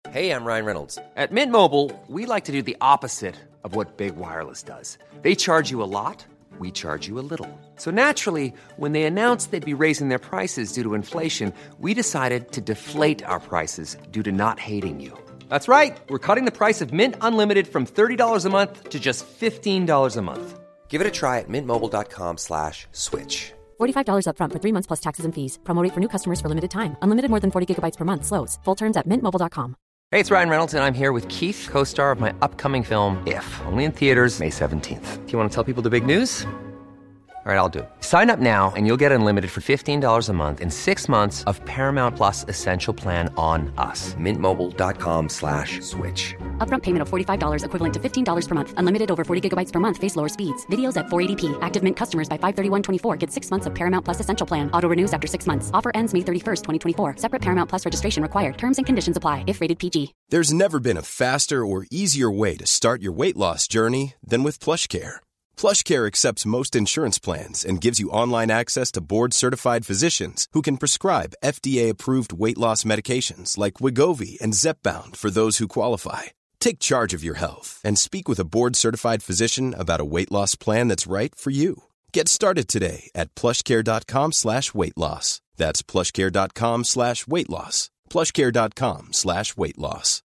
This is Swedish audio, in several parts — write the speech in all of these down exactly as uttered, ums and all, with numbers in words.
Hey, I'm Ryan Reynolds. At Mint Mobile, we like to do the opposite of what Big Wireless does. They charge you a lot, we charge you a little. So naturally, when they announced they'd be raising their prices due to inflation, we decided to deflate our prices due to not hating you. That's right. We're cutting the price of Mint Unlimited from thirty dollars a month to just fifteen dollars a month. Give it a try at mintmobile.com slash switch. forty-five dollars up front for three months plus taxes and fees. Promo rate for new customers for limited time. Unlimited more than forty gigabytes per month slows. Full terms at mint mobile dot com. Hey, it's Ryan Reynolds, and I'm here with Keith, co-star of my upcoming film, If, only in theaters May seventeenth. Do you want to tell people the big news? All right, I'll do it. Sign up now and you'll get unlimited for fifteen dollars a month and six months of Paramount Plus Essential Plan on us. Mintmobile.com slash switch. Upfront payment of forty-five dollars equivalent to fifteen dollars per month. Unlimited over forty gigabytes per month. Face lower speeds. Videos at four eighty p. Active Mint customers by five thirty-one twenty-four get six months of Paramount Plus Essential Plan. Auto renews after six months. Offer ends May thirty-first, twenty twenty-four. Separate Paramount Plus registration required. Terms and conditions apply if rated P G. There's never been a faster or easier way to start your weight loss journey than with PlushCare. PlushCare accepts most insurance plans and gives you online access to board-certified physicians who can prescribe F D A-approved weight loss medications like Wegovy and Zepbound for those who qualify. Take charge of your health and speak with a board-certified physician about a weight loss plan that's right for you. Get started today at plushcare.com slash weight loss. That's plushcare.com slash weight loss. plushcare.com slash weight loss.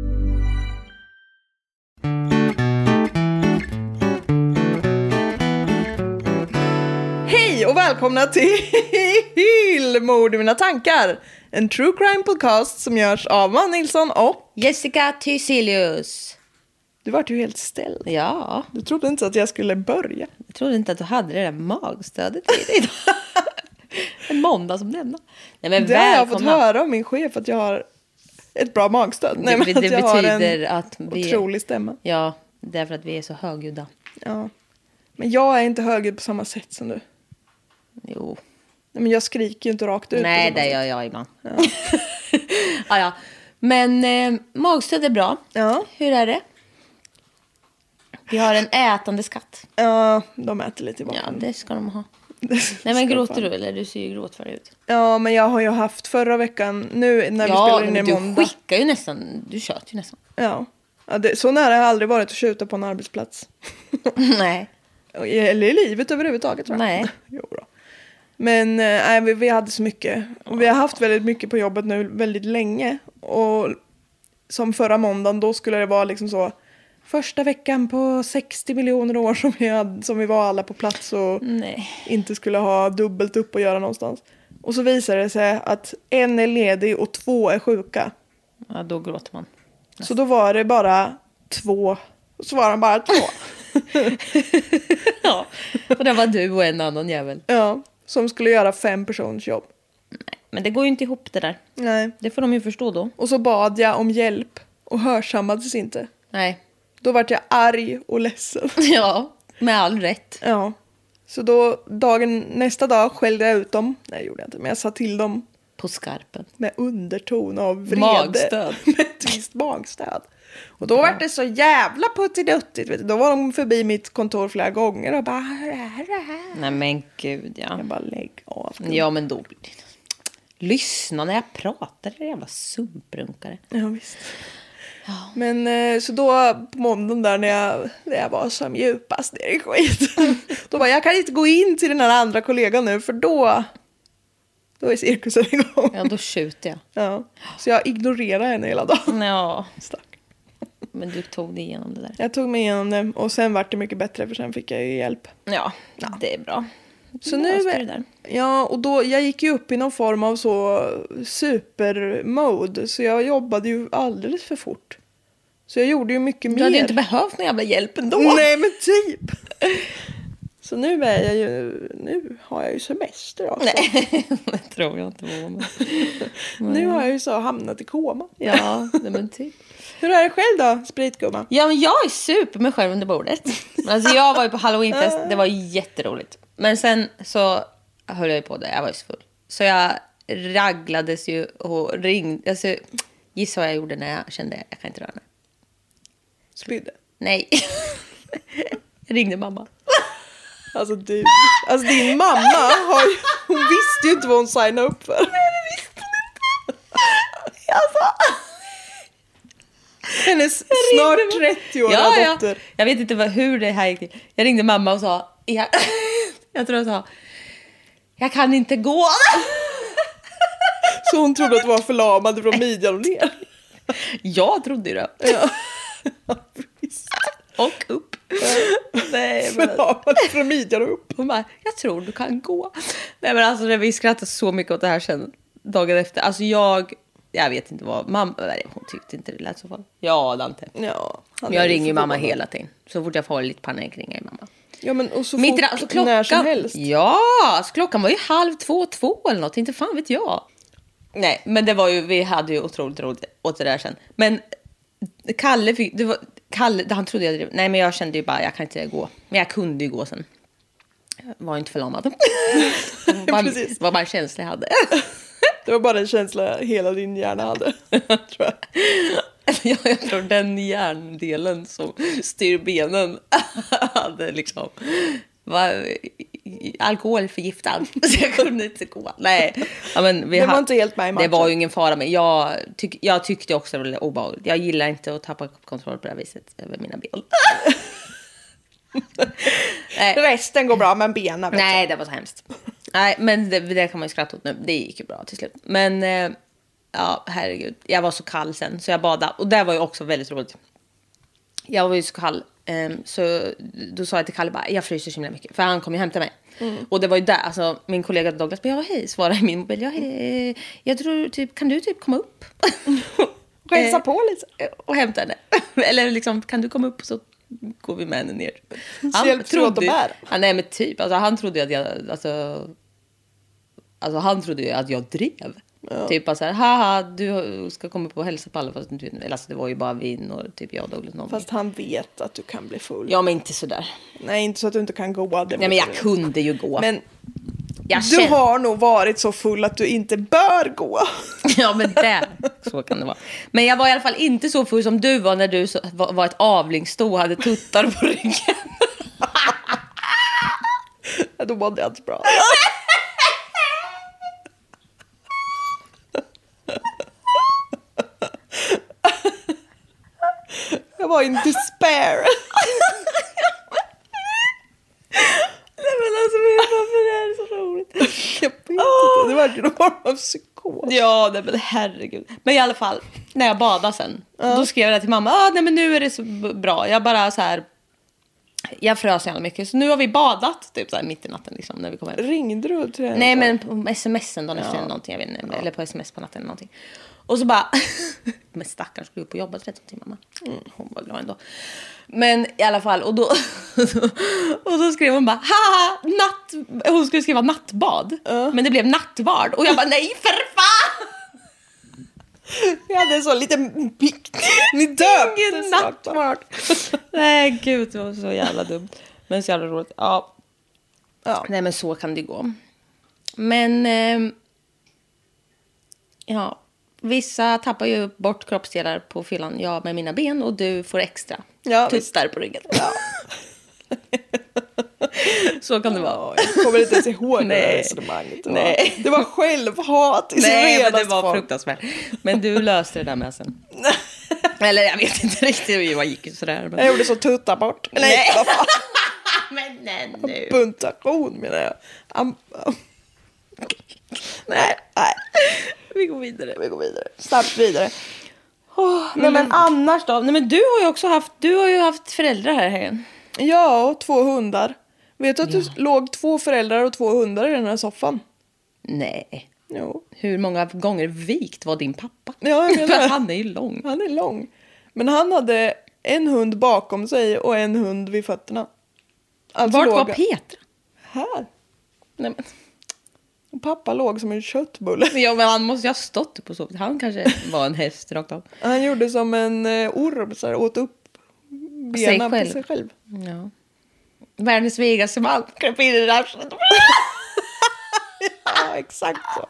Hej och välkomna till Mord i mina tankar. En true crime podcast som görs av Man Nilsson och Jessica Thyselius. Du var ju helt ställd. Ja. Du trodde inte att jag skulle börja. Jag trodde inte att du hade det där magstödet i dig idag. En måndag som denna. Nej, men det har jag fått höra av min chef att jag har ett bra magstöd. Nej, det, men det att jag betyder har en att vi, otrolig stämma. Ja, därför att vi är så högljudda. Ja. Men jag är inte högljudd på samma sätt som du. Jo. Nej, men jag skriker ju inte rakt ut. Nej, det gör jag ibland. Ja. ja, ja. Men eh, magstöd är bra. Ja. Hur är det? Vi har en ätande skatt. Ja, de äter lite i bakom. Ja, det ska de ha. Nej, men gråter du? Eller du ser ju gråtfärdig ut. Ja, men jag har ju haft förra veckan. Nu när vi ja, spelar in i du måndag. Ja, du skickar ju nästan. Du tjöt ju nästan. Ja, ja det, så nära har jag aldrig varit att skjuta på en arbetsplats. Nej. Eller i livet överhuvudtaget, tror jag. Nej. Jo då. Men nej, vi, vi hade så mycket. Och vi har haft väldigt mycket på jobbet nu väldigt länge. Och som förra måndagen, då skulle det vara liksom så. Första veckan på sextio miljoner år som vi, hade, som vi var alla på plats och nej. inte skulle ha dubbelt upp och göra någonstans. Och så visar det sig att en är ledig och två är sjuka. Ja, då gråter man. Så då var det bara två. Och så var de bara två. Ja, och det var du och en annan jävel. Ja, som skulle göra fem personers jobb. Nej, men det går ju inte ihop det där. Nej. Det får de ju förstå då. Och så bad jag om hjälp och hörsammades inte. Nej. Då vart jag arg och ledsen. Ja, med all rätt. Ja. Så då dagen, nästa dag skällde jag ut dem. Nej, det gjorde jag inte. Men jag sa till dem. På skarpen. Med underton av vrede. Magstöd. Med ett visst magstöd. Och då var det så jävla puttinuttigt. Vet du. Då var de förbi mitt kontor flera gånger. Och bara... Nej men gud, ja. Jag bara lägg av. Ja, men då blir det... Lyssna när jag pratar. Det är jävla sumprunkare. Ja, visst. Ja. Men så då på måndagen där när jag, när jag var som djupast ner i skit. Då var jag kan inte gå in till den här andra kollegan nu. För då... Då är cirkusen igång. Ja, då skjuter jag. Ja. Så jag ignorerar henne hela dagen. Ja. Stack. Men du tog dig igenom det där. Jag tog mig igenom det. Och sen var det mycket bättre. För sen fick jag ju hjälp. Ja, ja. Det är bra. Så nu är det där. Ja, och då jag gick ju upp i någon form av så supermode. Så jag jobbade ju alldeles för fort. Så jag gjorde ju mycket mer. Du hade ju inte behövt någon jävla hjälp ändå. Nej, men typ. Så nu är jag ju, nu har jag ju semester också. Nej, det tror jag inte på. Men... Nu har jag ju så hamnat i koma. Ja, men typ. Hur är det själv då, spritgumma? Ja, men jag är super med själv under bordet. Alltså jag var ju på Halloweenfest, det var jätteroligt. Men sen så höll jag ju på det, jag var ju så full. Så jag raglades ju och ringde. Alltså, gissa vad jag gjorde när jag kände, jag kan inte röra mig. Spydde? Nej. Jag ringde mamma. Alltså du, alltså din mamma har ju, hon visste ju inte vad hon signade upp för. Nej, det visste hon inte. Jag sa, hennes snart trettio-åriga ja, ja. dotter. Jag vet inte vad, hur det här gick till. Jag ringde mamma och sa, jag, jag tror jag sa, jag kan inte gå. Så hon trodde att du var förlamad från midjan och ner. Jag trodde ju det. Ja. Och upp. Nej, men... Förlamad från midjan och upp. Hon bara, jag tror du kan gå. Nej, men alltså vi skrattade så mycket åt det här sen dagen efter. Alltså jag, jag vet inte vad mamma, nej, hon tyckte inte det lät så farligt. Ja, Dante. Ja, jag ringer ju mamma hela tiden. Så fort jag får lite panik ringer jag mamma. Ja, men och så Mitt, fort alltså, klockan, när som helst. Ja, alltså, klockan var ju halv två, två eller något. Inte fan vet jag. Nej, men det var ju, vi hade ju otroligt roligt åt det där sen. Men Kalle fick, det var, Kalle, han trodde jag, nej men jag kände ju bara, jag kan inte gå. Men jag kunde ju gå sen. Jag var inte förlamad. Det var, Precis. var bara en känsla jag hade. Det var bara en känsla hela din hjärna hade, tror jag. Ja, jag tror den hjärndelen som styr benen hade liksom var alkoholförgiftad. Så jag kunde inte gå. Nej, ja, men vi det var ha, inte helt med i matchen. Det var ju ingen fara med. Jag, tyck, jag tyckte också det var obehagligt. Jag gillar inte att tappa kontroll på det här viset över mina ben. Nej. Resten går bra, men benen vet Nej, jag. det var så hemskt. Nej, men det, det kan man ju skratta åt nu. Det gick ju bra till slut. Men eh, ja, herregud. Jag var så kall sen, så jag badade. Och det var ju också väldigt roligt. Jag var ju så kall. Eh, så då sa jag till Kalle bara, jag fryser så himla mycket. För han kom ju hämta mig. Mm. Och det var ju där, alltså min kollega Douglas bara, ja hej, svarade i min mobil. Ja, hej, eh, jag tror typ, kan du typ komma upp? Hälsa på lite. Och hämta henne. Eller liksom, kan du komma upp så går vi med henne ner. Han trodde ju, han, nej men typ, alltså han trodde att jag, alltså, alltså han trodde ju att jag drev. Ja. Typ bara så här, haha, du ska komma på och hälsa på alla, fast du, alltså det var ju bara vin och typ jag och Douglas någon. Fast han vet att du kan bli full. Ja, men inte så där. Nej, inte så att du inte kan gå. Nej, men jag kunde ju gå. Men jag du kände... har nog varit så full att du inte bör gå. Ja, men det, så kan det vara. Men jag var i alla fall inte så full som du var när du så, var, var ett avlingssto och hade tuttar på ryggen. Ja, då mådde jag inte bra. Jag var in despair. Nej, men alltså, varför är det så roligt? Jag vet inte, det var ju någon form av psykos. Ja, nej, men herregud. Men i alla fall, när jag badade sen, ja. Då skrev jag till mamma, ah, nej men nu är det så bra. Jag bara så här, jag frös så mycket. Så nu har vi badat typ så här mitt i natten liksom, när vi kom hem. Ringde du till henne? Nej, men på smsen dagen efter, ja. Någonting, jag vet inte, ja. Eller på sms på natten eller någonting. Och så bara, men stackaren skulle upp på jobbet tretton timmar, mamma. Mm, hon var glad ändå. Men i alla fall, och då och så skrev hon bara, haha, natt, hon skulle skriva nattbad. Uh. Men det blev nattvard. Och jag bara, nej för fan! Jag hade en sån liten pikt. Ni döpte ingen nattvard. Nej, gud, det var så jävla dumt. Men så jävla roligt. Ja. Ja. Nej, men så kan det gå. Men eh, ja, vissa tappar ju bort kroppsdelar på fyllan. Jag med mina ben och du får extra ja, tuttar på ryggen. Ja. Så kan det vara. Jag kommer inte ens ihåg det resonemanget. Det, Nej. Var, det var självhat i Nej, men det var form. Fruktansvärt. Men du löste det där med sen. Eller jag vet inte riktigt vad gick sådär. Men... Jag gjorde så tutta bort. Nej, nej. Vad fan. Men nej nu. Puntation menar jag. Um, um. Nej, nej. Vi går vidare. Vi går vidare. Snabbt vidare. Oh, nej, men annars då? Nej, men du har ju också haft, du har ju haft föräldrar här igen. Ja, och två hundar. Vet du att ja. Du låg två föräldrar och två hundar i den här soffan? Nej. Jo. Hur många gånger vikt var din pappa? Ja, jag menar. Han är ju lång. Han är lång. Men han hade en hund bakom sig och en hund vid fötterna. Alltså vart låg... var Petra? Här. Nej, men... Och pappa låg som en köttbulle. Ja, men han måste ju ha stått upp och sovit. Han kanske var en häst rakt av. Han gjorde som en uh, orm, så här, åt upp benen på sig själv. Ja. Världens vegaste man. Kröp in i det där. Ja, exakt så.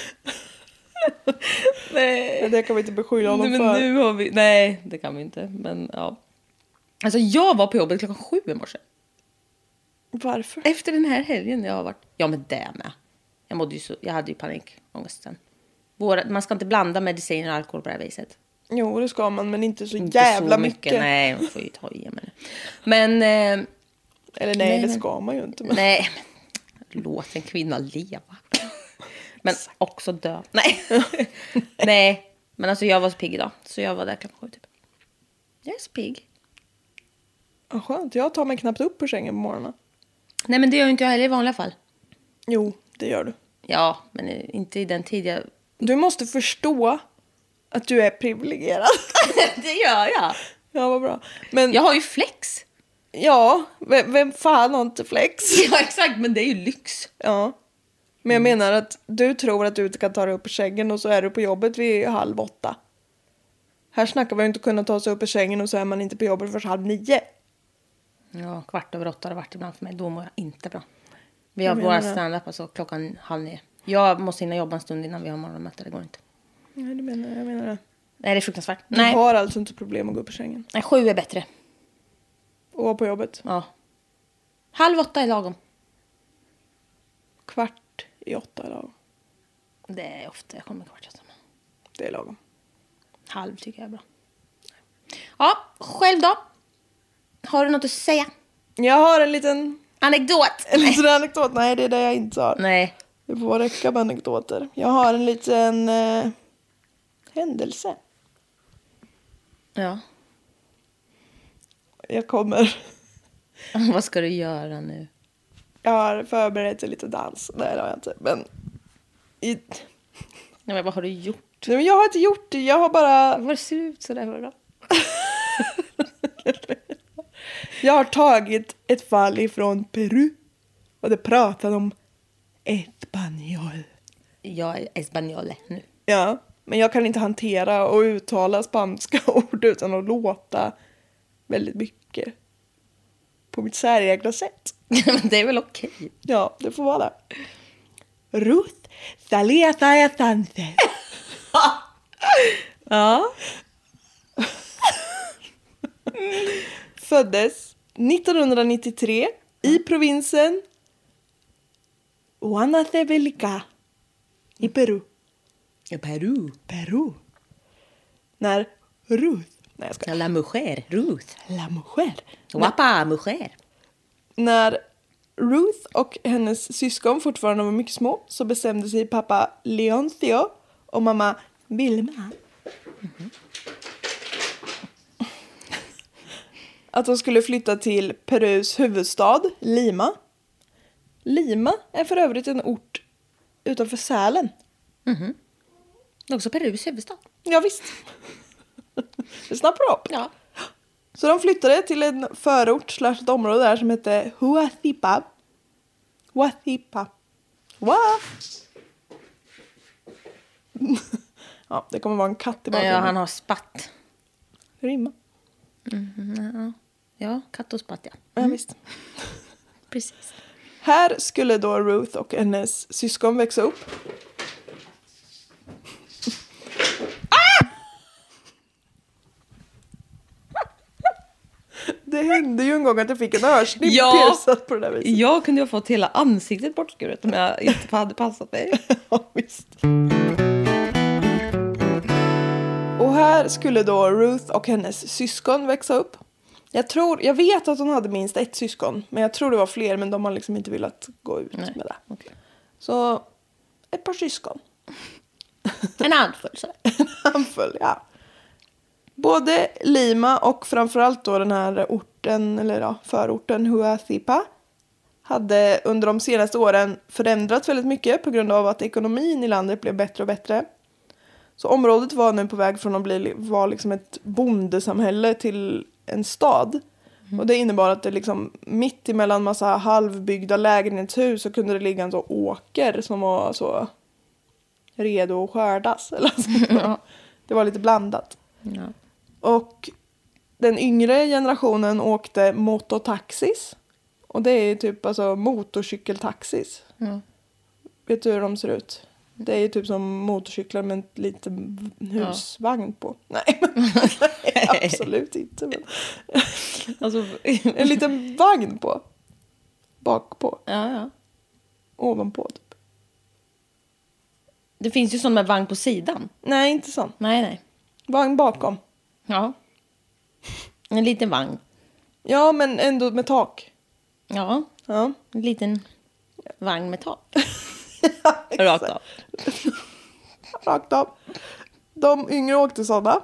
Nej. Men det kan vi inte beskylla honom nej, men för. Nu har vi... Nej, det kan vi inte. Men ja. Alltså jag var på jobbet klockan sju i morse. Varför? Efter den här helgen jag har varit... Ja, men det med. Jag, mådde ju så... jag hade ju panikångest sen. Våra... Man ska inte blanda medicin och alkohol på det här viset. Jo, det ska man, men inte så Inte jävla så mycket. mycket. Nej, man får ju ta i med det. Men... Eh, Eller nej, Nej, det men- ska man ju inte. Men... nej, men låt en kvinna leva. Men också dö. Nej. Nej, men alltså jag var så pigg idag. Så jag var där klockan sju typ. Jag är så pigg. Ja, skönt, jag tar mig knappt upp på sängen på morgonen. Nej, men det gör ju inte jag heller i vanliga fall. Jo, det gör du. Ja, men inte i den tid jag... Du måste förstå att du är privilegierad. det gör jag. Ja, vad bra. Men Jag har ju flex. ja, vem, vem fan har inte flex? Ja, exakt, men det är ju lyx. Ja. Men jag menar att du tror att du inte kan ta dig upp på sängen och så är du på jobbet vid halv åtta. Här snackar vi inte kunna ta sig upp på sängen och så är man inte på jobbet först halv nio. Ja, kvart över åtta har det varit ibland för mig. Då mår jag inte bra. Vi har Jag menar våra det. stand-up alltså klockan halv nio. Jag måste hinna jobba en stund innan vi har morgonmöte. Det går inte. Nej, det menar jag, jag menar det. Nej, det är fruktansvärt. Du Nej. har alltså inte problem att gå upp på sängen. Nej, sju är bättre. Och vara på jobbet. Ja. Halv åtta är lagom. Kvart i åtta är lagom. Det är ofta jag kommer kvart åtta. Det är lagom. Halv tycker jag är bra. Ja, själv då? Har du något att säga? Jag har en liten, Anekdot? en liten anekdot. Nej, det är det jag inte har. Nej. Det får räcka med anekdoter. Jag har en liten eh, händelse. Ja. Jag kommer... Vad ska du göra nu? Jag har förberett en liten dans. Nej, det har jag inte. Men... I... Nej, men vad har du gjort? Nej, men jag har inte gjort det. Jag har bara... Vad ser ut sådär? Då? Jag har tagit ett fall ifrån Peru. Och det pratade om espanjol. Jag är espanjol nu. Ja, men jag kan inte hantera och uttala spanska ord utan att låta väldigt mycket på mitt säregna sätt. Men det är väl okej? Ja, det får vara det. Ruth Saleta Sanchez. Ja. Föddes nittonhundranittiotre i provinsen Huancavelica i Peru. I Peru. Peru. När Ruth, nej jag ska, La mujer, Ruth. la mujer. Guapa mujer. När Ruth och hennes syskon fortfarande var mycket små så bestämde sig pappa Leoncio och mamma Vilma mm-hmm. att de skulle flytta till Perus huvudstad Lima. Lima är för övrigt en ort utanför Sälen. Mm-hmm. Det är också Perus huvudstad. Ja visst. Det är snabbt upp. Ja. Så de flyttade till en förort slash ett område där som hette Huachipa. Huachipa. What? Ja, det kommer vara en katt i bakgrunden. Ja, han har spatt. Rimma. Mm, ja. ja, katt och spatt, ja. Ja, visst. Precis. Här skulle då Ruth och hennes syskon växa upp. Det hände ju en gång att jag fick en örsnibb Ja. piercad på det där viset. Jag kunde ju ha fått hela ansiktet bortskuret om jag inte hade passat dig. Ja, visst. Och här skulle då Ruth och hennes syskon växa upp. Jag tror, jag vet att hon hade minst ett syskon. Men jag tror det var fler, men de har liksom inte velat gå ut Nej. med det. Okay. Så ett par syskon. En handfull så. En handfull, ja. Både Lima och framförallt då den här orten, eller ja, förorten Huachipa hade under de senaste åren förändrats väldigt mycket på grund av att ekonomin i landet blev bättre och bättre. Så området var nu på väg från att bli var liksom ett bondesamhälle till en stad. Mm. Och det innebar att det liksom mitt emellan massa halvbyggda lägenhetshus så kunde det ligga en så åker som var så redo att skördas. Eller så. Ja. Det var lite blandat. Ja. Och den yngre generationen åkte mototaxis. Och det är typ alltså motorcykeltaxis. Mm. Vet du hur de ser ut? Det är ju typ som motorcyklar med en liten husvagn ja. på. Nej, men, nej, absolut inte. Men. Alltså, en liten vagn på. Bak på. Ja, ja. Ovanpå typ. Det finns ju sån med vagn på sidan. Nej, inte sån. Nej, nej. Vagn bakom. Ja. En liten vagn. Ja, men ändå med tak. Ja. Ja. En liten vagn med tak. Ja, Rakt av. Rakt av. De yngre åkte sådana.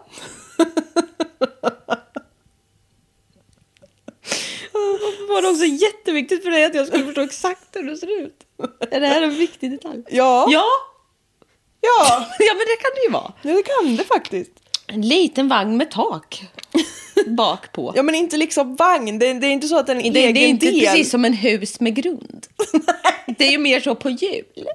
Var det också jätteviktigt för dig att jag skulle förstå exakt hur det ser ut? Är det här en viktig detalj? Ja. Ja. Ja. Ja, men det kan det ju vara. Ja, det kan det faktiskt. En liten vagn med tak. Bak på. Ja, men inte liksom vagn. Det, det är inte så att det är en det, egen det är inte del. precis som en hus med grund. Det är ju mer så på hjul.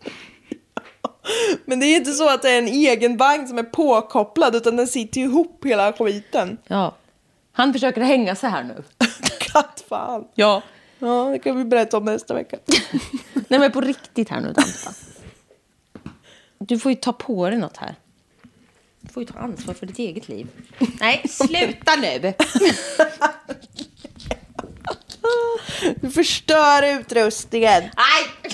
Men det är inte så att det är en egen vagn som är påkopplad, utan den sitter ju ihop hela skiten. Ja. Han försöker hänga sig här nu. Kattfan. Ja. Ja, det kan vi berätta om nästa vecka. Nej, men på riktigt här nu, Danta. Du får ju ta på dig något här. Du får ju ta ansvar för ditt eget liv. Nej, sluta nu. Du förstör utrustningen. Nej!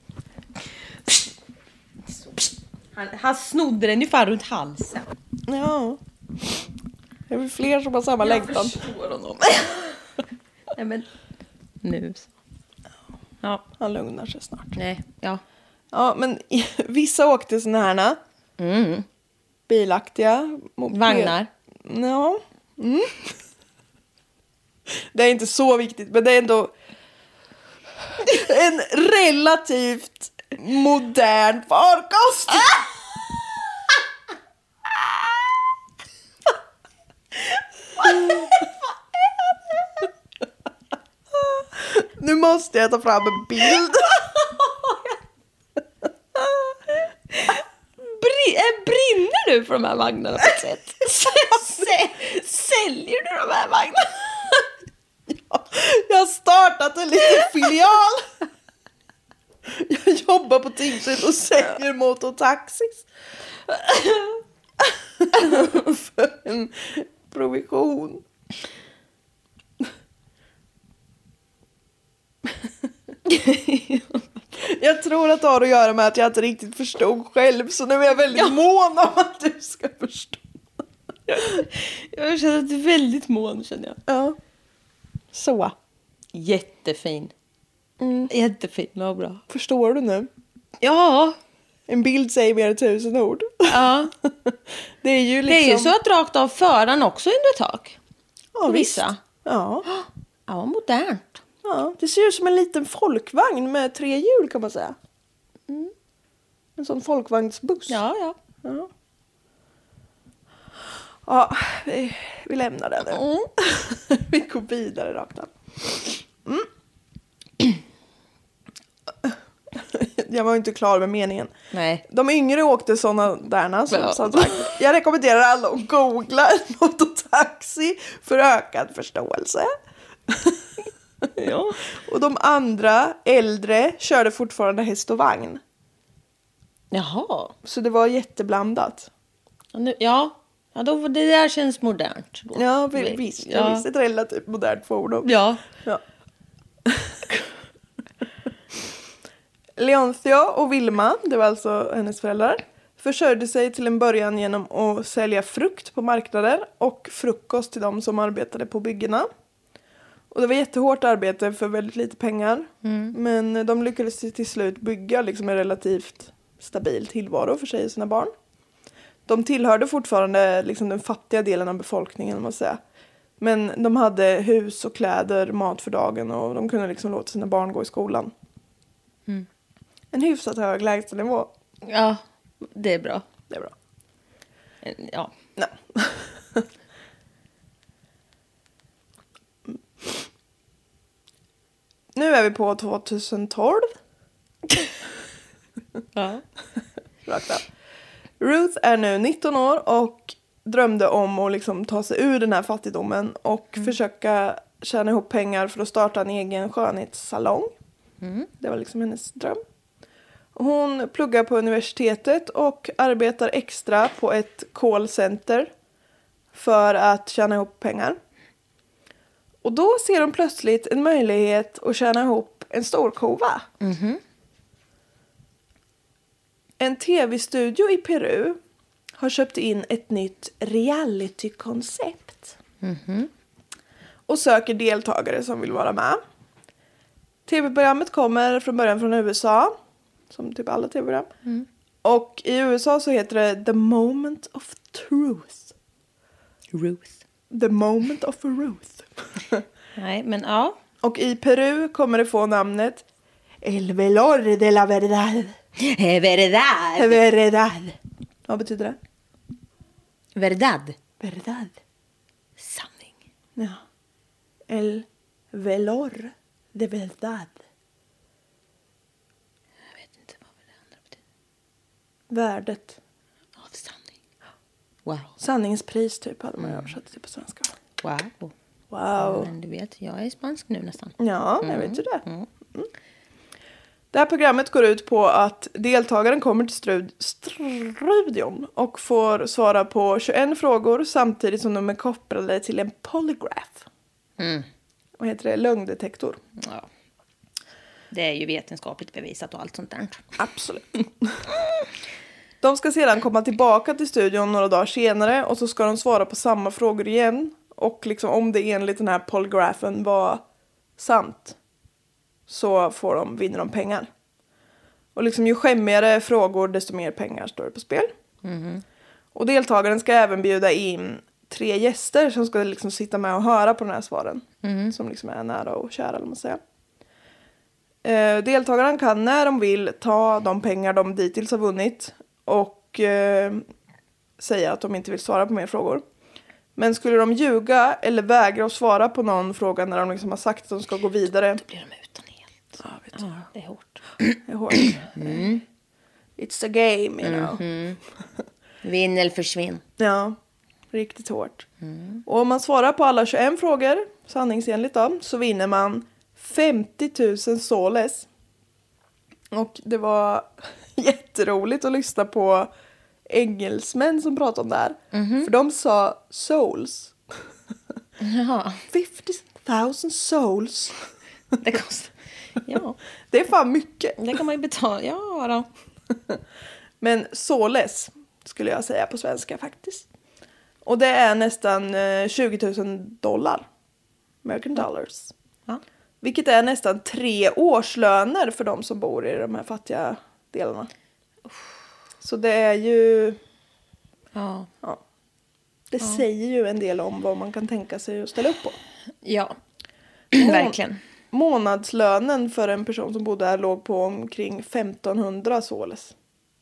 Han, han snodde den ungefär runt halsen. Ja. Det är väl fler som har samma längtan. Jag förstår honom. Nej, men nu så. Ja. Han lugnar sig snart. Nej, ja. Ja, men vissa åkte såna här Mm. bilaktiga moped. Vagnar. Ja. Mm. Det är inte så viktigt, men det är ändå en relativt modern farkost. Nu måste jag ta fram en bild. Br- äh, brinner du för de här vagnarna på ett sätt? Säljer du de här vagnarna? Ja, jag har startat en liten filial. Jag jobbar på Tingsryd och säljer motortaxis. För en provision. Jag tror att det har att göra med att jag inte riktigt förstod själv. Så nu är jag väldigt ja. mån om att du ska förstå. Jag känner att du är väldigt mån, känner jag. Ja. Så. Jättefin. Mm. Jättefin, vad bra. Förstår du nu? Ja. En bild säger mer än tusen ord. Ja. Det är ju liksom... Det är ju så att rakt av föraren också under tak. Ja, vissa. Ja. Ja, modernt. Ja, det ser ut som en liten folkvagn med tre hjul, kan man säga. Mm. En sån folkvagnsbuss. Ja, ja. Ja, ja vi, vi lämnar den nu. Mm. Vi går vidare rakt av. Mm. Jag var inte klar med meningen. Nej. De yngre åkte såna där. Så, ja. som sagt, jag rekommenderar alla att googla motortaxi för ökad förståelse. Ja. Och de andra äldre körde fortfarande häst och vagn. Jaha. Så det var jätteblandat. Ja, nu, ja. Ja, då, det där känns modernt. Då. Ja, visst. Ja. Visst, ett relativt modernt fordon. Ja. Ja. Leontia och Vilma, det var alltså hennes föräldrar, försörjde sig till en början genom att sälja frukt på marknader och frukost till de som arbetade på byggena. Och det var jättehårt arbete för väldigt lite pengar. Mm. Men de lyckades till slut bygga liksom en relativt stabil tillvaro för sig och sina barn. De tillhörde fortfarande liksom den fattiga delen av befolkningen, om man säger. Men de hade hus och kläder, mat för dagen, och de kunde liksom låta sina barn gå i skolan. Mm. En hyfsat hög lägstanivå. Ja, det är bra. Det är bra. Ja. Nej. Nu är vi på tjugotolv. Ja. Ruth är nu nitton år och drömde om att liksom ta sig ur den här fattigdomen och mm. försöka tjäna ihop pengar för att starta en egen skönhetssalong. Mm. Det var liksom hennes dröm. Hon pluggar på universitetet och arbetar extra på ett callcenter för att tjäna ihop pengar. Och då ser hon plötsligt en möjlighet att tjäna ihop en storkova. Mm-hmm. En tv-studio i Peru har köpt in ett nytt reality-koncept. Mm-hmm. Och söker deltagare som vill vara med. Tv-programmet kommer från början från U S A. Som typ alla tv-program. Mm. Och i U S A så heter det The Moment of Truth. Ruth. The Moment of Ruth. Nej, men ja. Och i Peru kommer det få namnet El Velor de la Verdad. Verdad. Verdad. Vad betyder det? Verdad. Verdad. Sanning. Ja. El Velor de Verdad. Jag vet inte vad det andra betyder. Värdet. Av sanning. Wow. Sanningspris typ hade man översatt det på svenska. Wow. Wow. Men du vet, jag är spansk nu nästan. Ja, jag vet ju det. Mm. Det här programmet går ut på att deltagaren kommer till strud- studion och får svara på tjugoett frågor samtidigt som de är kopplade till en polygraph. Mm. Vad heter det? Lögndetektor. Ja. Det är ju vetenskapligt bevisat och allt sånt där. Absolut. De ska sedan komma tillbaka till studion några dagar senare och så ska de svara på samma frågor igen. Och liksom om det enligt den här polygraphen var sant så får de, vinner de pengar. Och liksom ju skämmigare frågor desto mer pengar står det på spel. Mm. Och deltagaren ska även bjuda in tre gäster som ska liksom sitta med och höra på den här svaren. Mm. Som liksom är nära och kära, eller man säger. Eh, deltagaren kan när de vill ta de pengar de dittills har vunnit och eh, säga att de inte vill svara på mer frågor. Men skulle de ljuga eller vägra att svara på någon fråga när de liksom har sagt att de ska gå vidare. Då blir de utan helt. Ja, vet du. Ja, det är hårt. Det är hårt. Mm. It's a game, you know. Mm-hmm. Vinn eller försvinn. Ja, riktigt hårt. Mm. Och om man svarar på alla tjugoett frågor, sanningsenligt då, så vinner man femtio tusen soles. Och det var jätteroligt att lyssna på engelsmän som pratade om det här. Mm-hmm. För de sa souls. Jaha. femtio tusen souls. Det kostar. Ja. Det är fan mycket. Det kan man ju betala. Ja då. Men soles skulle jag säga på svenska faktiskt. Och det är nästan tjugo tusen dollar. American dollars. Ja. Vilket är nästan tre årslöner för de som bor i de här fattiga delarna. Så det är ju... Ja. ja. Det ja. säger ju en del om vad man kan tänka sig att ställa upp på. Ja, Mån- verkligen. Månadslönen för en person som bodde där låg på omkring femtonhundra soles.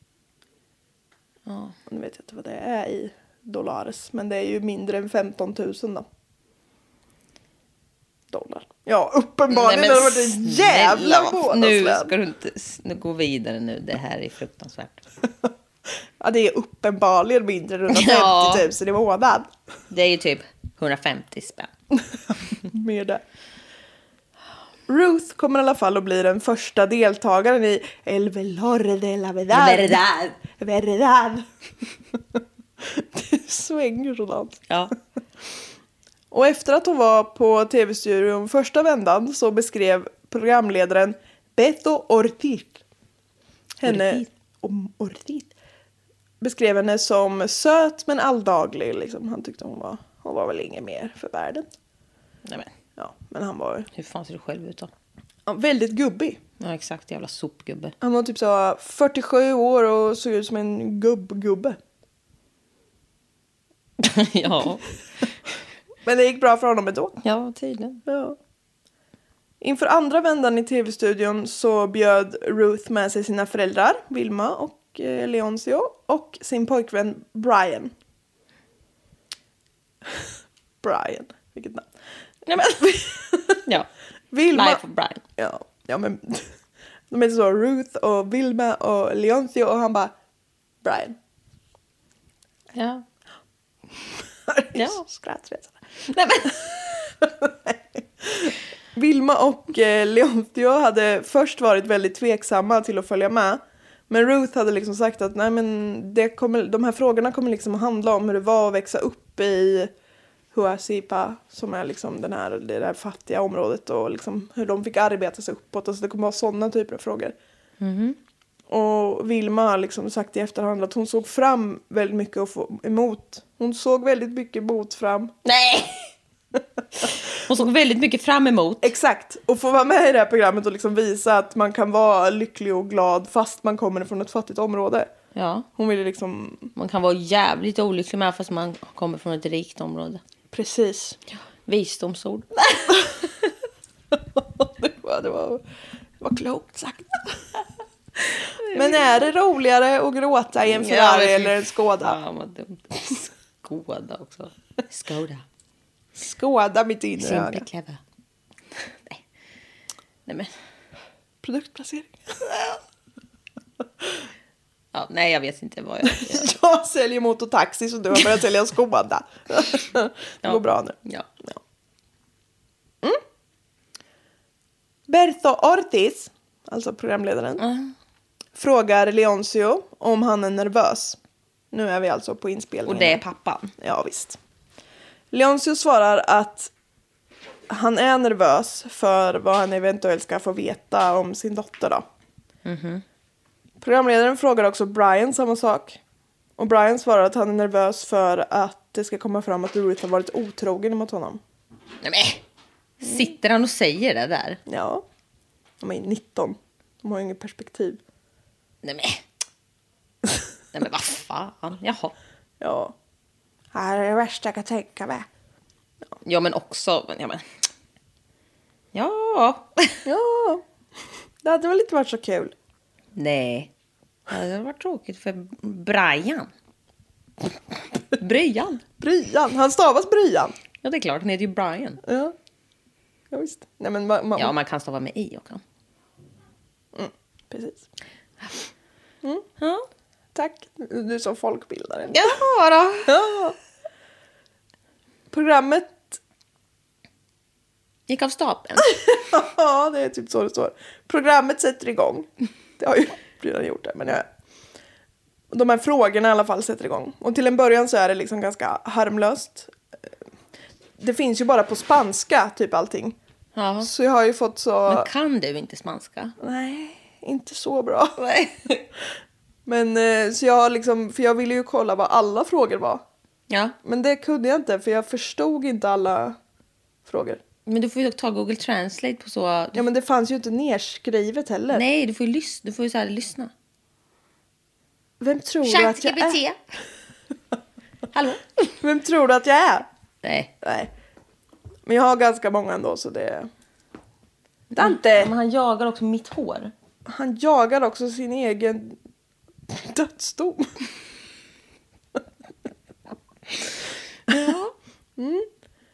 Ja. Nu vet jag inte vad det är i dollares. Men det är ju mindre än femton tusen då. Dollar. Ja, uppenbarligen. Nej, det har varit en jävla månadslön. Nu ska du inte nu gå vidare nu. Det här är fruktansvärt. Ja, det är uppenbarligen mindre än hundrafemtio tusen ja. i månad. Det är ju typ hundrafemtio spänn. Mer det. Ruth kommer i alla fall att bli den första deltagaren i El Velor de la Verdad. Verdad. Verdad. Det svänger sådant. Ja. Och efter att hon var på tv-studion första vändan så beskrev programledaren Beto Ortiz henne Ortiz. om Ortiz beskrev henne som söt men alldaglig liksom. Han tyckte hon var hon var väl inget mer för världen. Nej, men. Ja, men han var Hur fan ser du själv ut då? ja, väldigt gubbig. Ja, exakt. Jävla sopgubbe. Han var typ så fyrtiosju år och såg ut som en gubb-gubbe. Ja. Men det gick bra för honom ändå. Ja, tydligen. Ja. Inför andra vändan i tv-studion så bjöd Ruth med sig sina föräldrar, Vilma och eh, Leoncio, och sin pojkvän Brian. Brian, vilket namn. Nej, men. Ja. Vilma. Life of Brian. Ja, ja men de heter så Ruth och Vilma och Leoncio och han bara Brian. Ja. Ja. Skrattresande. Nej, men. Vilma och eh, Leoncio hade först varit väldigt tveksamma till att följa med. Men Ruth hade liksom sagt att nej, men det kommer, de här frågorna kommer liksom att handla om hur det var att växa upp i Huasipa, som är liksom den här, det där fattiga området, och liksom hur de fick arbeta sig uppåt. Alltså det kommer att vara sådana typer av frågor. Mm. Och Vilma har liksom sagt i efterhand att hon såg fram väldigt mycket och få emot. Hon såg väldigt mycket mot fram. Nej! Hon såg väldigt mycket fram emot. Exakt. Och få vara med i det här programmet och liksom visa att man kan vara lycklig och glad fast man kommer från ett fattigt område. Ja. Hon ville liksom... Man kan vara jävligt olycklig med fast man kommer från ett rikt område. Precis. Visdomsord. det, var, det, var, det var klokt sagt. Men är det roligare att gråta i en Ferrari ja, eller en Skoda? Ja, vad dumt. Skoda också. Skoda. Skoda mitt inre Simple öga. clever. Nej. Nej men. Produktplacering. Ja, nej, jag vet inte vad jag gör. Jag säljer motortaxi så du har börjat sälja Skoda. Det ja. går bra nu. Ja. ja. Mm. Berto Ortiz, alltså programledaren, mm. frågar Leoncio om han är nervös. Nu är vi alltså på inspelningen. Och det är pappan. Ja, visst. Leoncio svarar att han är nervös för vad han eventuellt ska få veta om sin dotter då. Mm-hmm. Programledaren frågar också Brian samma sak. Och Brian svarar att han är nervös för att det ska komma fram att Ruth har varit otrogen mot honom. Nej men, sitter han och säger det där? Ja, de är nitton. De har ju inget perspektiv. Nej men, nej men vad fan, jaha. Ja, det här är det värsta jag kan tänka mig. Ja, ja men också, ja men. Ja. Ja, det hade väl inte varit så kul. Nej, det hade varit tråkigt för Brian. Bryan. Bryan, han stavas Bryan. Ja, det är klart, han heter ju Brian. Ja, ja visst. Nej, men ma- ma- ja, man kan stava med i också. Mm, precis. Mm. Ja. Tack, du som folkbildare. Ja då. Ja. Programmet gick av stapeln. Ja, det är typ så det står. Programmet sätter igång. Det har ju redan gjort det, men jag... De här frågorna i alla fall sätter igång. Och till en början så är det liksom ganska harmlöst. Det finns ju bara på spanska, typ allting. Ja. Så jag har ju fått så... Men kan du inte spanska? Nej, inte så bra. Nej. Men så jag har liksom... För jag ville ju kolla vad alla frågor var. Ja. Men det kunde jag inte, för jag förstod inte alla frågor. Men du får ju ta Google Translate på så... Ja, men det fanns ju inte nerskrivet heller. Nej, du får ju, lys... du får ju så här lyssna. Vem tror du att jag är? Hallå? Vem tror du att jag är? Nej. Nej. Men jag har ganska många ändå, så det... Dante! Men han jagar också mitt hår. Han jagar också sin egen dödsdom. Ja. Mm.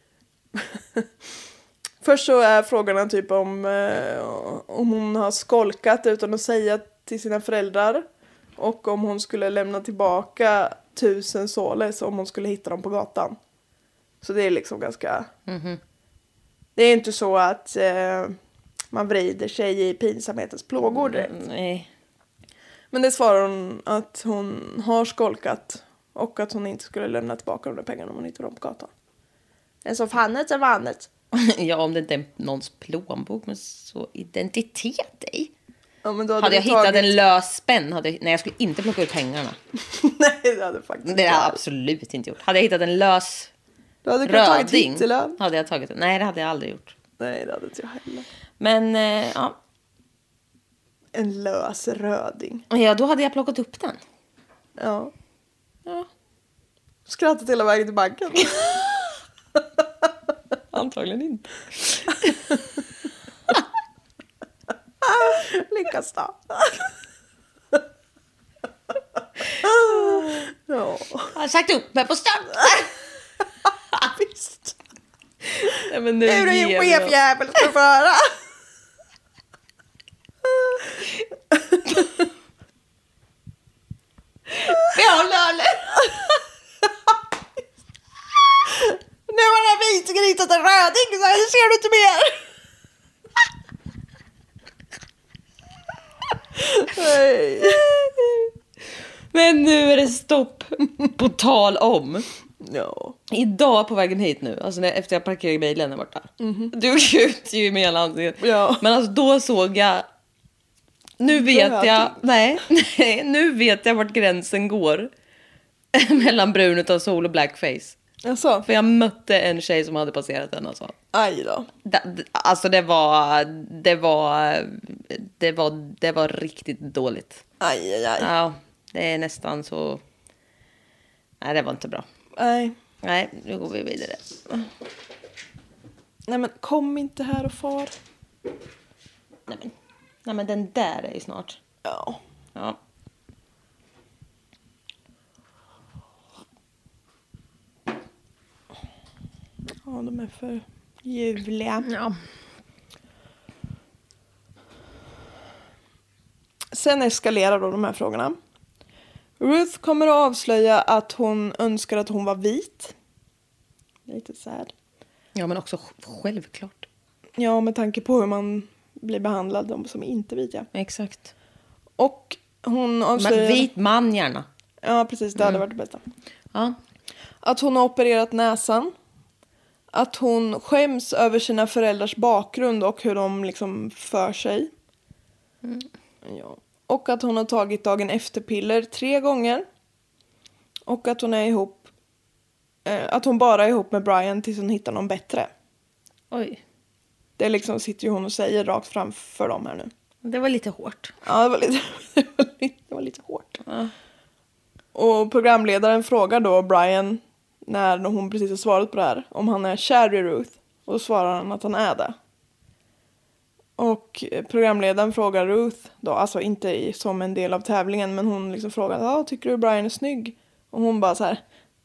Först så är frågorna typ om eh, om hon har skolkat utan att säga till sina föräldrar. Och om hon skulle lämna tillbaka tusen soles om hon skulle hitta dem på gatan. Så det är liksom ganska... Mm-hmm. Det är inte så att eh, man vrider sig i pinsamhetens plågor direkt. Mm, nej. Men det svarar hon att hon har skolkat. Och att hon inte skulle lämna tillbaka de där pengarna om hon hittade dem på gatan. En så fannet är vannet. Ja, om det inte är någons plånbok med så identitet i. Ja, men då hade hade jag tagit... hittat en lös spänn hade... Nej, jag skulle inte plocka ut pengarna. Nej, det hade faktiskt det hade jag absolut inte gjort. Hade jag hittat en lös du hade röding tagit hittelön. hade jag tagit. Nej, det hade jag aldrig gjort. Nej, det hade inte jag heller. Men, eh, ja. En lös röding. Ja, då hade jag plockat upp den. Ja. Ja. Skrattat hela vägen till banken. Antagligen inte. Lyckas då. Ja. Jag har sagt upp mig på start. Visst. Nej, men nu Nu är det ju chefjävel ska du få höra. Vi har löner. Nu har den här vitingen hittat en röding, så här ser du inte mer. Nej. Men nu är det stopp. På tal om. Ja. Idag på vägen hit nu, alltså när, efter jag parkerade bilen där borta. Mm-hmm. Du skjuter ju med hela ansiktet. Ja. Men alltså då såg jag Nu vet jag, nej, nej, nu vet jag vart gränsen går mellan brun utan sol och blackface. Alltså. För jag mötte en tjej som hade passerat den och sa. Aj då. Det, alltså det var, det var, det var, det var riktigt dåligt. Aj, aj, aj. Ja, det är nästan så. Nej, det var inte bra. Nej. Nej, nu går vi vidare. Nej, men kom inte här och far. Nej, men, nej, men den där är ju snart. Ja. Ja. Ja, de är för ljuvliga. Ja. Sen eskalerar då de här frågorna. Ruth kommer att avslöja att hon önskar att hon var vit. Lite sad. Ja, men också självklart. Ja, med tanke på hur man blir behandlad, de som inte är vita. Exakt. Och hon avslöjar... Men vit man gärna. Ja, precis. Det hade varit det bästa. Ja. Att hon har opererat näsan. Att hon skäms över sina föräldrars bakgrund och hur de liksom för sig. Mm. Ja. Och att hon har tagit dagen efter-piller tre gånger. Och att hon är ihop... Eh, att hon bara är ihop med Brian tills hon hittar någon bättre. Oj. Det liksom sitter ju hon och säger rakt framför dem här nu. Det var lite hårt. Ja, det var lite, det var lite, det var lite hårt. Ja. Och programledaren frågar då Brian, när hon precis har svarat på det här, om han är kär i Ruth. Och då svarar han att han är det. Och programledaren frågar Ruth då, alltså inte i, som en del av tävlingen, men hon liksom frågar, ja, tycker du Brian är snygg? Och hon bara så här,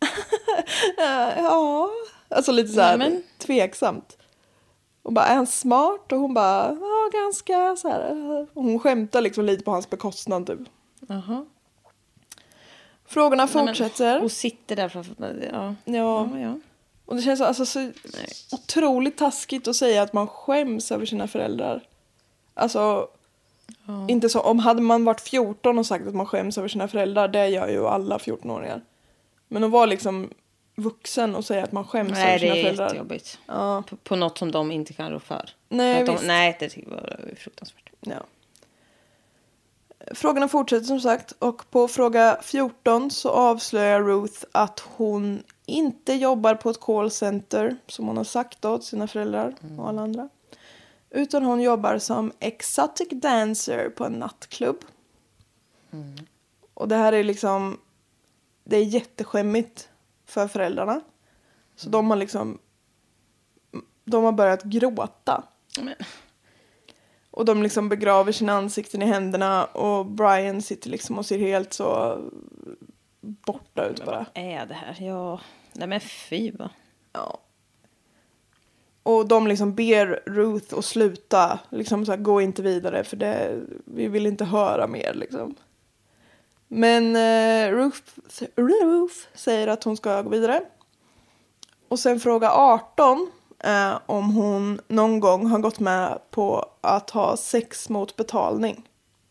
ja, alltså lite så här men... tveksamt. Och bara, är han smart? Och hon bara, ja, ganska så här. Och hon skämtar liksom lite på hans bekostnad typ. Jaha. Frågorna Nej, fortsätter. Och sitter där framför. Ja. Ja. Ja, ja. Och det känns alltså så Nej. otroligt taskigt att säga att man skäms över sina föräldrar. Alltså, Ja. inte så. Om hade man varit fjorton och sagt att man skäms över sina föräldrar, det gör ju alla fjorton-åringar. Men att vara liksom vuxen och säga att man skäms Nej, över sina det är föräldrar. jättejobbigt. Ja. På, på något som de inte kan rå för. Nej, för att de, visst. nej, det tycker jag var fruktansvärt. Ja. Frågorna fortsätter som sagt. Och på fråga fjorton så avslöjar Ruth att hon inte jobbar på ett callcenter, som hon har sagt då till sina föräldrar och alla andra. Utan hon jobbar som exotic dancer på en nattklubb. Mm. Och det här är liksom, det är jätteskämmigt för föräldrarna. Så mm. de har liksom, de har börjat gråta. Men. Och de liksom begraver sina ansikten i händerna. Och Brian sitter liksom och ser helt så borta ut bara. Vad är det här? Ja, nej men fy va. Ja. Och de liksom ber Ruth att sluta. Liksom så här, gå inte vidare. För det, vi vill inte höra mer liksom. Men eh, Ruth, Ruth säger att hon ska gå vidare. Och sen fråga arton. Eh, om hon någon gång har gått med på att ha sex mot betalning.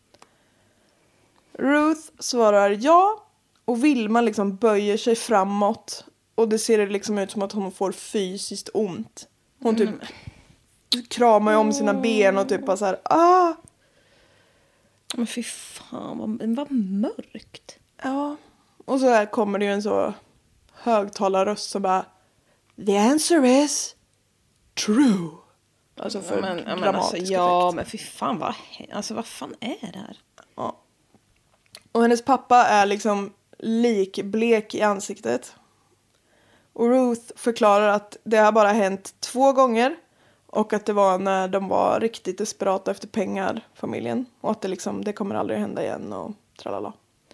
Ruth svarar ja. Och Vilma liksom böjer sig framåt. Och det ser liksom ut som att hon får fysiskt ont. Hon typ mm. kramar ju om sina ben och typ bara så här, ah. Men fy fan, vad, vad mörkt. Ja. Och så här kommer det ju en så högtalarröst som bara, the answer is true. Alltså för men, dramatisk men alltså, ja, effekt. men fy fan, vad, alltså, vad fan är det här? Ja. Och hennes pappa är liksom likblek i ansiktet. Och Ruth förklarar att det har bara hänt två gånger. Och att det var när de var riktigt desperata efter pengar, familjen. Och att det liksom, det kommer aldrig hända igen och tralala.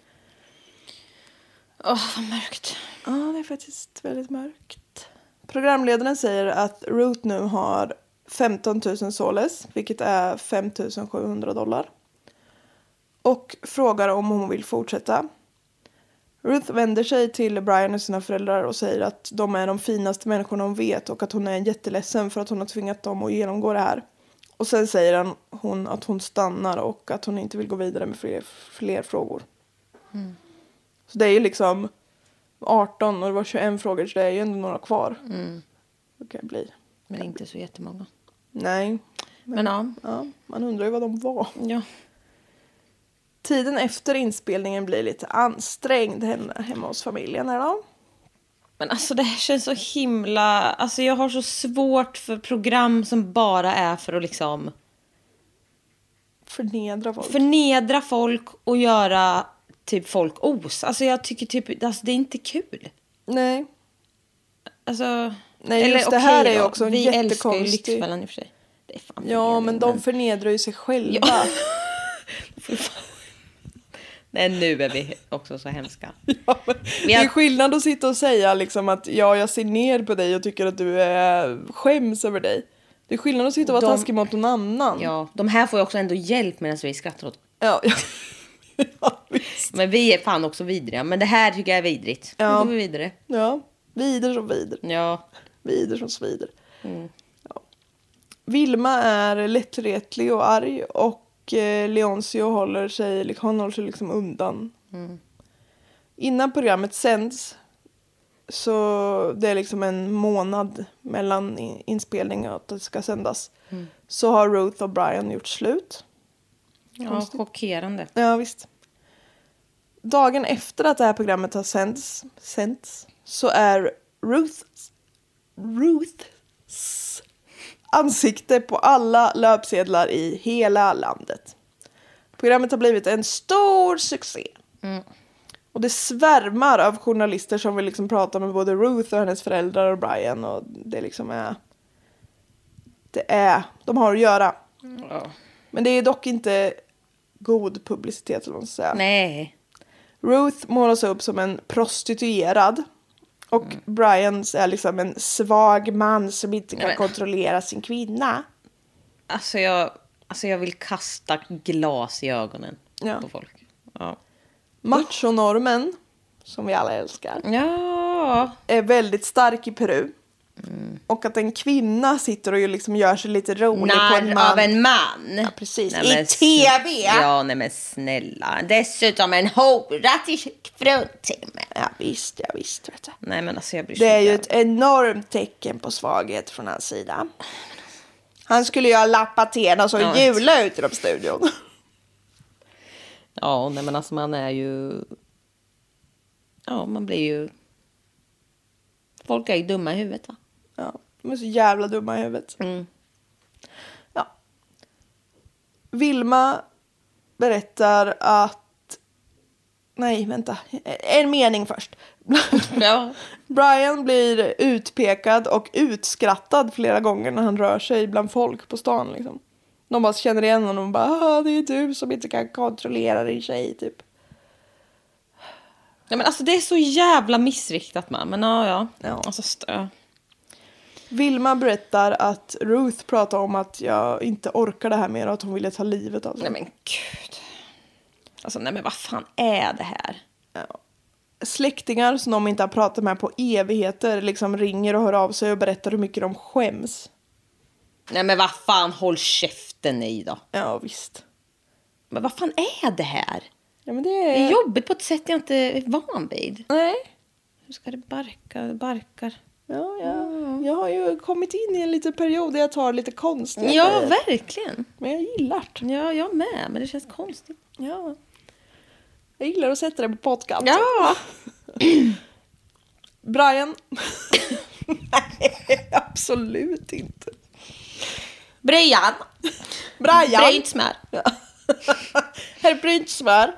Åh, oh, vad mörkt. Ja, det är faktiskt väldigt mörkt. Programledaren säger att Ruth nu har femton tusen soles, vilket är fem tusen sjuhundra dollar. Och frågar om hon vill fortsätta. Ruth vänder sig till Brian och sina föräldrar och säger att de är de finaste människorna hon vet och att hon är jätteledsen för att hon har tvingat dem att genomgå det här. Och sen säger han, hon att hon stannar och att hon inte vill gå vidare med fler, fler frågor. Mm. Så det är ju liksom arton och det var tjugoett frågor, så det är ju ändå några kvar. Mm. Det kan bli. Men kan inte bli. Så jättemånga. Nej. Men, men ja. ja. Man undrar ju vad de var. Ja. Tiden efter inspelningen blir lite ansträngd hemma, hemma hos familjen här då. Men alltså det här känns så himla... Alltså jag har så svårt för program som bara är för att liksom... Förnedra folk. Förnedra folk och göra typ folk os. Alltså jag tycker typ... Alltså det är inte kul. Nej. Alltså... Nej, just eller, det här är ju också en vi jättekonstig... älskar ju Lyxfällan i och för sig. Det är fan ja, men de men... förnedrar ju sig själva. Ja. Nej, nu är vi också så hemska. Ja, men det är skillnad att sitta och säga liksom att ja, jag ser ner på dig och tycker att du är skäms över dig. Det är skillnad att sitta och vara de... taskig mot någon annan. Ja, de här får ju också ändå hjälp medan vi skrattar åt. Ja, ja visst. Men vi är fan också vidriga. Men det här tycker jag är vidrigt. Ja. Nu går vi vidare. Ja, vider som vider. Ja. Vider som svider. Mm. Ja. Vilma är lättretlig och arg och Leoncio håller sig, han håller sig liksom undan. Mm. Innan programmet sänds så det är liksom en månad mellan inspelning och att det ska sändas. Mm. Så har Ruth och Brian gjort slut. Ja, konstigt. Chockerande. Ja, visst. Dagen efter att det här programmet har sänds, sänds så är Ruths Ruths ansikte på alla löpsedlar i hela landet. Programmet har blivit en stor succé. Mm. Och det svärmar av journalister som vill liksom prata med både Ruth och hennes föräldrar och Brian. Och det liksom är... Det är... De har att göra. Mm. Men det är dock inte god publicitet, som man ska säga. Nej. Ruth målas upp som en prostituerad. Och mm. Brian är liksom en svag man som inte kan Nej, men... kontrollera sin kvinna. Alltså jag, alltså jag vill kasta glas i ögonen ja. på folk. Ja. Machonormen, som vi alla älskar, ja. är väldigt stark i Peru. Mm. Och att en kvinna sitter och liksom gör sig lite rolig Narr på en man. av en man. Ja, precis. Nej, i tv. Ja, nej men snälla. Dessutom en hora till fruntimmen. Ja, visst, ja, visst. Vet du. Nej, men alltså jag bryr Det är ju ett enormt tecken på svaghet från hans sida. Han skulle ju ha lappat tena så ja, jula ut i de studion. Ja, nej men alltså man är ju... Ja, man blir ju... Folk är ju dumma i huvudet, va? Ja, de är så jävla dumma i huvudet. Mm. Ja. Vilma berättar att... Nej, vänta. En mening först. Ja. Brian blir utpekad och utskrattad flera gånger när han rör sig bland folk på stan, liksom. De bara känner igen honom och bara, ah, det är du som inte kan kontrollera din tjej, typ. Ja, men alltså det är så jävla missriktat, man. Men ja, ja. ja. Alltså, stö. Vilma berättar att Ruth pratar om att jag inte orkar det här mer och att hon ville ta livet av sig. Nej men gud. Alltså nej men vad fan är det här? Ja. Släktingar som de inte har pratat med på evigheter liksom ringer och hör av sig och berättar hur mycket de skäms. Nej men vad fan, håll käften i då. Ja visst. Men vad fan är det här? Ja, men det, är... det är jobbigt på ett sätt jag inte är van vid. Nej. Hur ska det barka? Det barkar. Ja, ja. Mm. Jag har ju kommit in i en liten period där jag tar lite konstiga. Ja, grejer. Verkligen. Men jag gillar det. Ja, jag med. Men det känns konstigt. Ja. Jag gillar att sätta det på podcast. Ja. Brian. Nej, absolut inte. Brian. Brian. Brynsmör. Ja. Herr Brynsmör.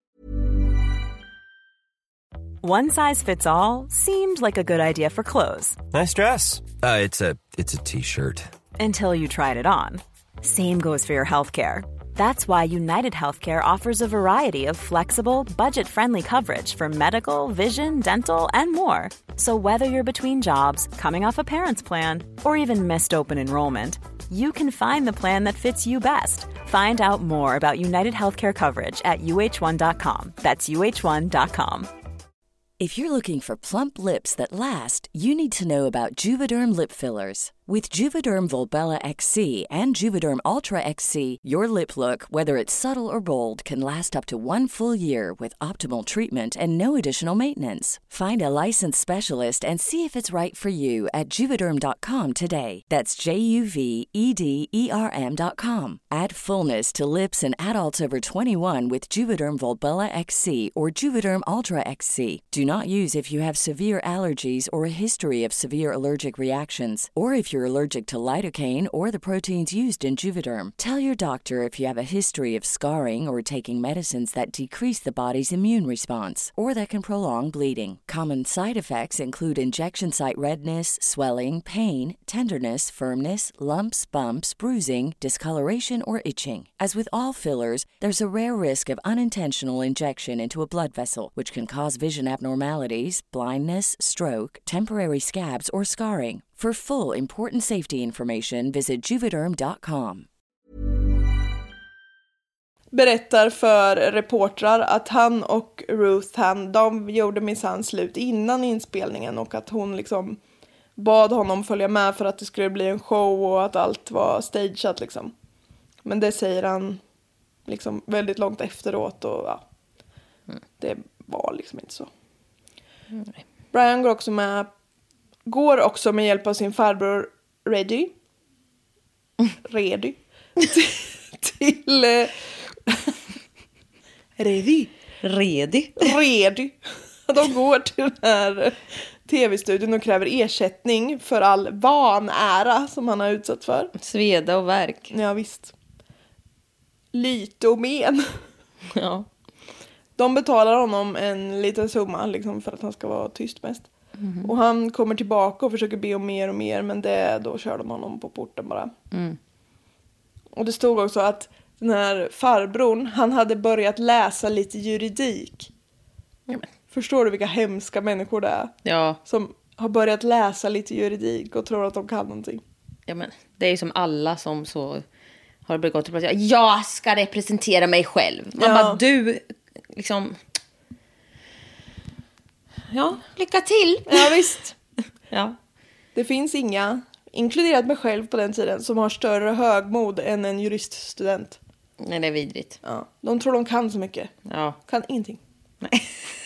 One size fits all seemed like a good idea for clothes. Nice dress. Uh, it's a it's a t-shirt. Until you tried it on. Same goes for your healthcare. That's why United Healthcare offers a variety of flexible, budget-friendly coverage for medical, vision, dental, and more. So whether you're between jobs, coming off a parent's plan, or even missed open enrollment, you can find the plan that fits you best. Find out more about United Healthcare coverage at U H one dot com. That's U H one dot com. If you're looking for plump lips that last, you need to know about Juvederm lip fillers. With Juvederm Volbella X C and Juvederm Ultra X C, your lip look, whether it's subtle or bold, can last up to one full year with optimal treatment and no additional maintenance. Find a licensed specialist and see if it's right for you at juvederm dot com today. That's J U V E D E R M dot com. Add fullness to lips in adults over twenty-one with Juvederm Volbella X C or Juvederm Ultra X C. Do not use if you have severe allergies or a history of severe allergic reactions, or if you're allergic to lidocaine or the proteins used in Juvederm. Tell your doctor if you have a history of scarring or taking medicines that decrease the body's immune response or that can prolong bleeding. Common side effects include injection site redness, swelling, pain, tenderness, firmness, lumps, bumps, bruising, discoloration, or itching. As with all fillers, there's a rare risk of unintentional injection into a blood vessel, which can cause vision abnormalities, blindness, stroke, temporary scabs, or scarring. For full, important safety information, visit juvederm dot com. Berättar för reportrar att han och Ruth, han, de gjorde minsann slut innan inspelningen och att hon liksom bad honom följa med för att det skulle bli en show och att allt var stageat liksom. Men det säger han liksom väldigt långt efteråt och ja, det var liksom inte så. Mm. Brian går också med går också med hjälp av sin farbror Reddy Reddy till eh, Reddy Reddy Reddy de går till den här tv-studion och kräver ersättning för all vanära som han har utsatt för. Sveda och värk. Ja visst. Lyte och men. Ja. De betalar honom en liten summa liksom, för att han ska vara tyst mest. Mm. Och han kommer tillbaka och försöker be om mer och mer. Men det, då kör de honom på porten bara. Mm. Och det stod också att den här farbrorn, han hade börjat läsa lite juridik. Mm. Förstår du vilka hemska människor det är? Ja. Som har börjat läsa lite juridik och tror att de kan någonting. Ja, men det är ju som alla som så har begått ett brott. Jag ska representera mig själv. Man ja. bara, du liksom... Ja, lycka till. Ja, visst. Ja. Det finns inga, inkluderat mig själv på den tiden, som har större högmod än en juriststudent. Nej, det är vidrigt. Ja. De tror de kan så mycket. Ja. Kan ingenting. Nej.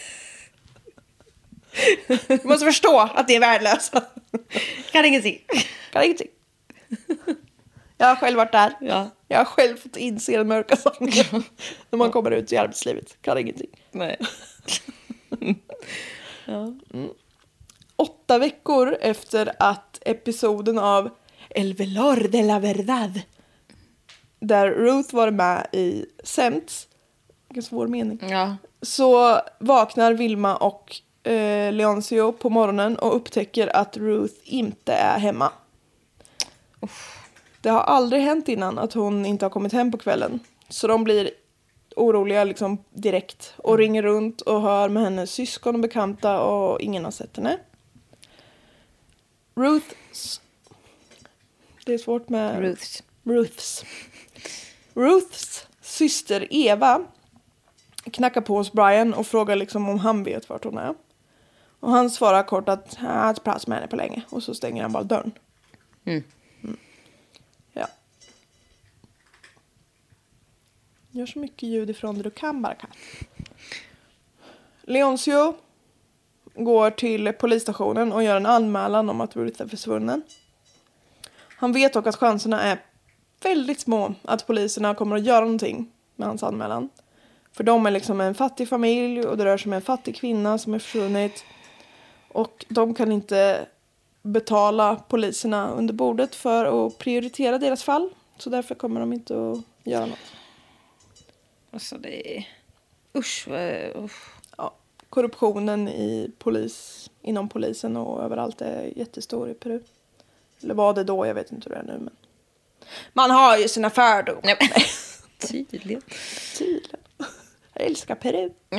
Du måste förstå att det är värdelösa. Kan ingenting. Kan ingenting. Jag har själv varit där. Ja. Jag har själv fått inse den mörka sanningen. När man kommer ut i arbetslivet. Kan ingenting. Nej. Ja. Mm. Åtta veckor efter att episoden av El Velor de la Verdad, där Ruth var med i Sänds, vilken svår mening, ja. Så vaknar Vilma och eh, Leoncio på morgonen och upptäcker att Ruth inte är hemma. Uff. Det har aldrig hänt innan att hon inte har kommit hem på kvällen. Så de blir oroliga liksom direkt och mm. ringer runt och hör med hennes syskon och bekanta och ingen har sett henne. Ruths Det är svårt med Ruths Ruths Ruths syster Eva knackar på hos Brian och frågar liksom om han vet vart hon är. Och han svarar kort att han har inte pratat med henne på länge. Och så stänger han bara dörren. Mm. Mm. Ja. Gör så mycket ljud ifrån det du kan bara kan. Leoncio går till polisstationen och gör en anmälan om att Ruth är försvunnen. Han vet dock att chanserna är väldigt små att poliserna kommer att göra någonting med hans anmälan. För de är liksom en fattig familj och det rör sig om en fattig kvinna som är försvunnit. Och de kan inte betala poliserna under bordet för att prioritera deras fall. Så därför kommer de inte att göra något. Alltså det är... Usch, usch. Ja, korruptionen i polis, inom polisen och överallt är jättestor i Peru. Eller var det då, jag vet inte hur det är nu. Men... Man har ju sina fördomar. Ja. Tydligen. Tydligen. Jag älskar Peru. Ja.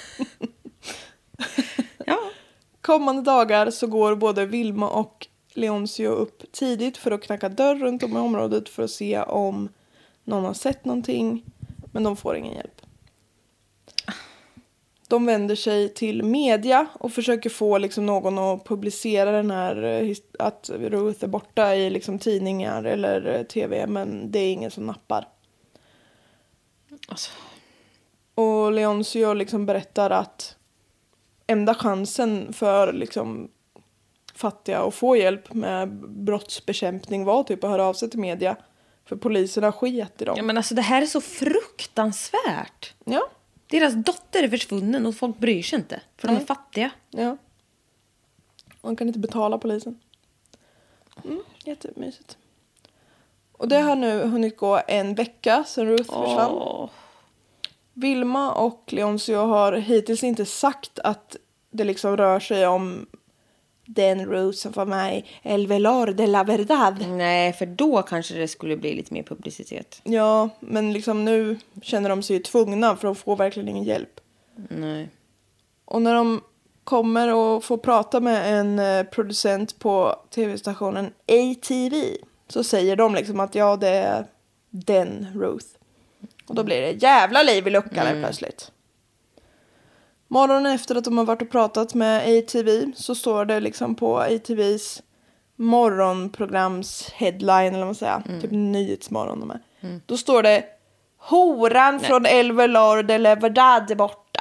Ja. Kommande dagar så går både Vilma och Leoncio upp tidigt för att knacka dörr runt om i området för att se om någon har sett någonting. Men de får ingen hjälp. de vänder sig till media och försöker få liksom någon att publicera den här, att Ruth är borta i liksom tidningar eller tv, men det är ingen som nappar. Alltså. Och Leoncio liksom berättar att enda chansen för liksom fattiga att få hjälp med brottsbekämpning var typ att höra av sig till media. För poliserna sket i dem. Ja, men alltså det här är så fruktansvärt. Ja. Deras dotter är försvunnen och folk bryr sig inte. För Nej. de är fattiga. Ja. De kan inte betala polisen. Mm, jättemysigt. Och det har nu hunnit gå en vecka sedan Ruth försvann. Åh. Vilma och Leoncio har hittills inte sagt att det liksom rör sig om den Ruth som var med i El Velar de la Verdad. Nej, för då kanske det skulle bli lite mer publicitet. Ja, men liksom nu känner de sig tvungna för de får verkligen ingen hjälp. Nej. Och när de kommer och får prata med en eh, producent på tv-stationen A T V så säger de liksom att ja, det är den Ruth. Och då blir det jävla liv i luckan mm. plötsligt. Morgonen efter att de har varit och pratat med A T V så står det liksom på A T V:s morgonprograms headline eller vad man säger, mm. typ nyhetsmorgon de är. Mm. Då står det horan Nej. från El Velar de la Verdad är borta.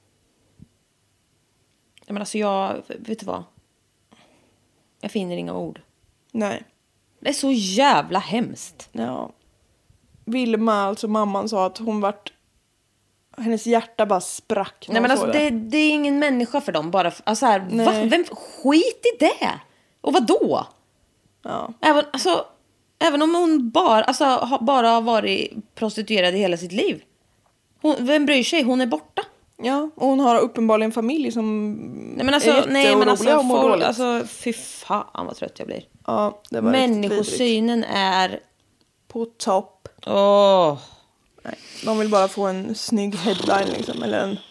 Men alltså jag, vet du vad? Jag finner inga ord. Nej. Det är så jävla hemskt. Ja. Vilma, alltså mamman, sa att hon vart, hennes hjärta bara sprack. Nej men alltså det. Det, det är ingen människa för dem. Bara, alltså här, va? Vem, skit i det. Och vad då? Ja. Även, alltså, även om hon bara, alltså, ha, bara har varit prostituerad i hela sitt liv. Hon, vem bryr sig? Hon är borta. Ja, och hon har uppenbarligen familj som nej, men alltså, är nej, men alltså, och mår folk, dåligt. alltså, fy fan vad trött jag blir. Ja, det var människosynen är på topp. Åh. Nej, de vill bara få en snygg headline liksom, eller en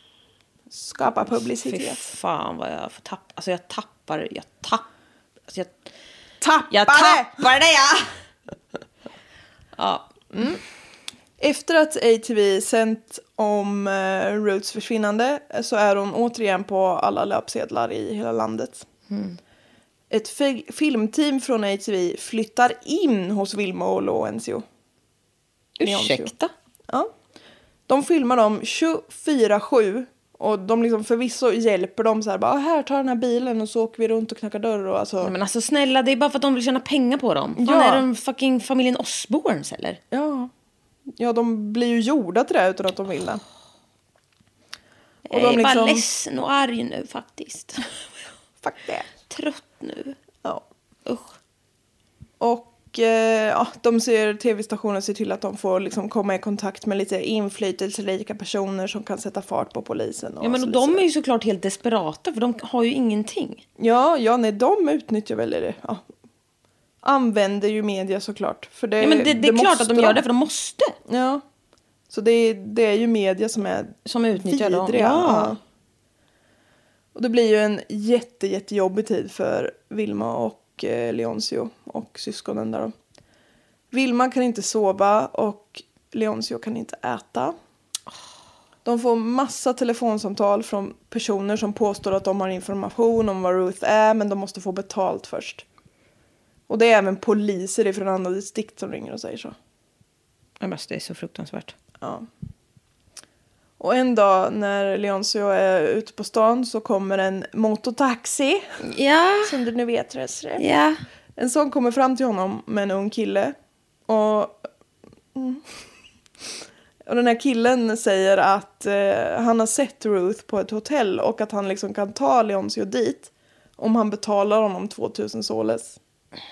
skapa publicitet. Fy fan vad jag får tappa. Alltså jag tappar, jag tappar. Alltså jag tappar jag tappar det, ja. Ja. Mm. Efter att A T V sänt om uh, Ruths försvinnande så är hon återigen på alla löpsedlar i hela landet. Mm. Ett fi- filmteam från A T V flyttar in hos Vilma och Leoncio. Ursäkta? Ja. De filmar dem tjugofyra sju och de liksom förvisso hjälper dem så här bara här, ta den här bilen och så åker vi runt och knackar dörr och alltså. Nej, men alltså snälla, det är bara för att de vill tjäna pengar på dem. Ja. Fan, är de fucking familjen Osborns eller? Ja. Ja, de blir ju gjorda till det utan att de vill det. Och jag är de liksom bara ledsen och arg nu faktiskt. Fuck det. Trött nu. Ja. Usch. Och eh, ja, de ser tv-stationen ser till att de får liksom komma i kontakt med lite inflytelserika personer som kan sätta fart på polisen. Och ja, men och de är ju såklart helt desperata för de har ju ingenting. Ja, ja nej, de utnyttjar väl det. Ja. Använder ju media såklart. För det, ja, men det, det, det är klart att de gör det för de måste. Ja. Så det, det är ju media som är som utnyttjar dem. Ja. Ja. Och det blir ju en jätte, jättejobbig tid för Vilma och eh, Leoncio och syskonen där då. Vilma kan inte sova och Leoncio kan inte äta. De får massa telefonsamtal från personer som påstår att de har information om vad Ruth är, men de måste få betalt först. Och det är även poliser från andra distrikt som ringer och säger så. Ja, men det är så fruktansvärt. Ja. Och en dag när Leoncio är ute på stan så kommer en motortaxi. Ja. Som du nu vet, Rösre. Ja. En sån kommer fram till honom med en ung kille. Och, mm. och den här killen säger att eh, han har sett Ruth på ett hotell. Och att han liksom kan ta Leoncio dit om han betalar honom tvåtusen soles.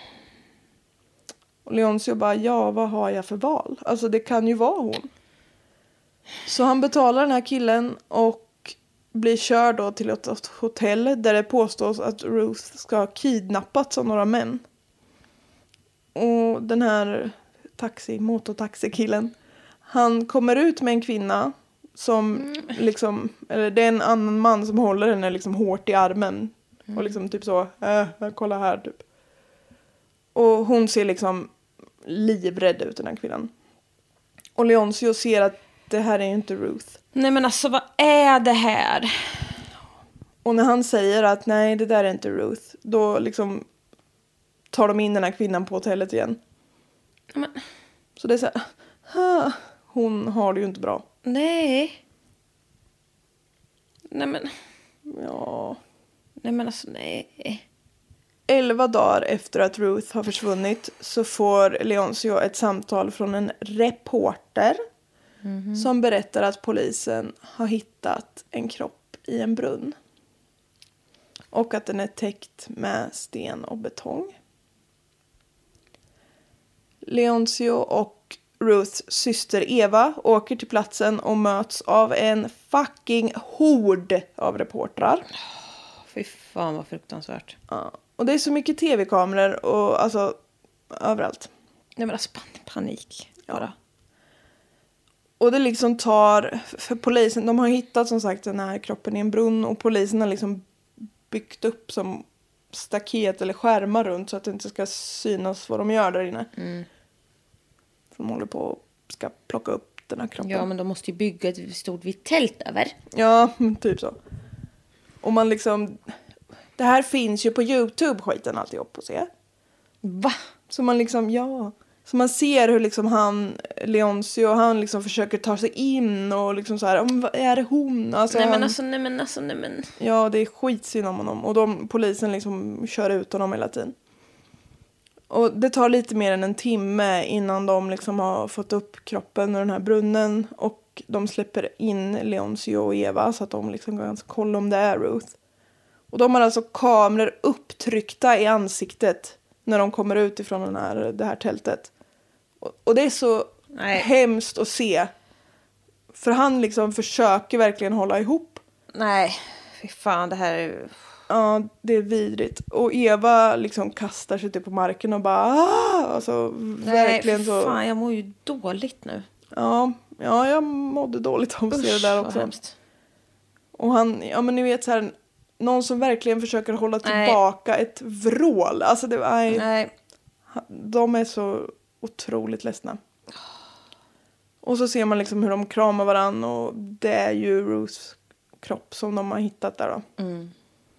Och Leoncio bara, ja, vad har jag för val? Alltså det kan ju vara hon. Så han betalar den här killen och blir körd då till ett hotell där det påstås att Ruth ska ha kidnappats av några män. Och den här taxi, motortaxikillen, han kommer ut med en kvinna som mm. liksom, eller det är en annan man som håller henne liksom hårt i armen. Mm. Och liksom typ så, äh, kolla här typ. Och hon ser liksom livrädd ut, den här kvinnan. Och Leoncio ser att det här är inte Ruth. Nej men alltså vad är det här? Och när han säger att nej det där är inte Ruth. Då liksom tar de in den här kvinnan på hotellet igen. Men... Så det är så här. Hon har det ju inte bra. Nej. Nej men. Ja. Nej men alltså nej. Elva dagar efter att Ruth har försvunnit så får Leoncio ett samtal från en reporter mm-hmm. som berättar att polisen har hittat en kropp i en brunn. Och att den är täckt med sten och betong. Leoncio och Ruths syster Eva åker till platsen och möts av en fucking hord av reportrar. Fy fan vad fruktansvärt. Ja. Och det är så mycket tv-kameror och alltså överallt. Nej men alltså panik. Ja. Och det liksom tar, för polisen, de har hittat som sagt den här kroppen i en brunn och polisen har liksom byggt upp som staket eller skärmar runt så att det inte ska synas vad de gör där inne. Mm. De håller på och ska plocka upp den här kroppen. Ja men de måste ju bygga ett stort vitt tält över. Ja, typ så. Och man liksom... Det här finns ju på YouTube skiten alltihop att se. Va? Så man liksom, ja. Så man ser hur liksom han, Leoncio, han liksom försöker ta sig in och liksom så här, vad är det hon? Alltså, nej men han, alltså, nej men alltså, nej men. Ja, det är skitsynd om honom. Och de, polisen liksom kör ut honom hela tiden. Och det tar lite mer än en timme innan de liksom har fått upp kroppen ur den här brunnen. Och de släpper in Leoncio och Eva så att de liksom kan kolla om det är Ruth. Och de har alltså kameror upptryckta i ansiktet när de kommer ut ifrån den här, det här tältet. Och, och det är så Nej. hemskt att se. För han liksom försöker verkligen hålla ihop. Nej, fy fan det här är... Ja, det är vidrigt. Och Eva liksom kastar sig typ på marken och bara... Ah! Alltså, Nej, verkligen så... fan jag mår ju dåligt nu. Ja, ja jag mådde dåligt av att se det där också. Hemskt. Och han, ja men ni vet så här... Någon som verkligen försöker hålla tillbaka nej. ett vrål. Alltså det är... Nej. De är så otroligt ledsna. Och så ser man liksom hur de kramar varann. Och det är ju Ruths kropp som de har hittat där då. Mm.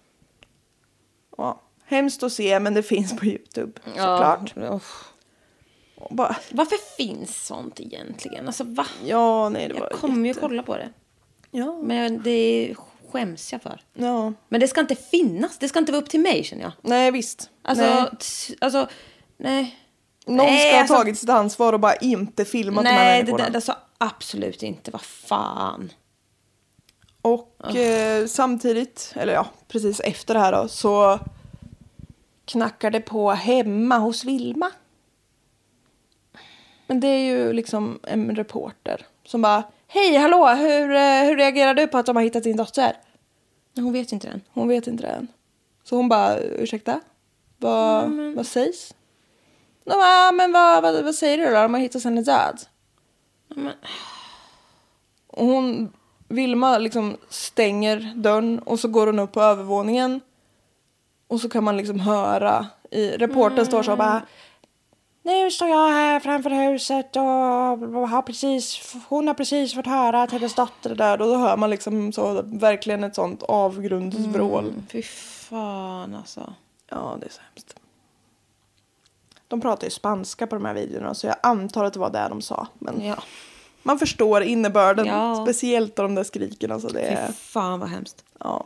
Ja, hemskt att se men det finns på YouTube. Såklart. Ja. Bara... Varför finns sånt egentligen? Alltså va? Ja, nej det var Jag kommer jätte... ju kolla på det. Ja. Men det är... skäms jag för. Ja. Men det ska inte finnas. Det ska inte vara upp till mig, känner jag. Nej, visst. Alltså, nej. T- alltså nej. Någon nej, ska ha alltså, tagit sitt ansvar och bara inte filmat nej, de här människorna. Nej, det, det sa absolut inte. Vad fan. Och oh. eh, samtidigt, eller ja, precis efter det här då, så knackar det på hemma hos Vilma. Men det är ju liksom en reporter som bara... Hej, hallå, hur, hur reagerar du på att de har hittat din dotter? Hon vet inte det. Hon vet inte det än. Så hon bara, ursäkta? Vad, mm. vad sägs? Ja, men vad, vad, vad säger du då? De har hittat henne död. Mm. Och hon, Vilma liksom stänger dörren och så går hon upp på övervåningen. Och så kan man liksom höra, i, reportern mm. står så och bara... Nu står jag här framför huset och har precis, hon har precis fått höra att hennes dotter är död. Och då hör man liksom så, verkligen ett sånt avgrundsvrål. Mm, fy fan alltså. Ja, det är så hemskt. De pratar ju spanska på de här videorna så jag antar att det var det de sa. Men ja. Man förstår innebörden, ja. Speciellt av de där skriken. Alltså det är... Fy fan vad hemskt. Ja.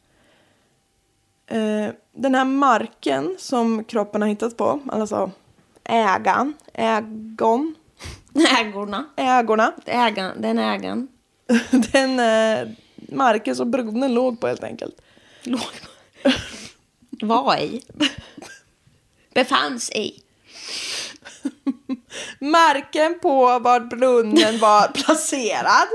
Eh, den här marken som kroppen har hittat på, alltså... Ägan. Ägon. Ägorna. Ägorna. Ägan. Den ägan. Den eh, marken som brunnen låg på helt enkelt. Låg på. Var i. Befanns i. Marken på var brunnen var placerad.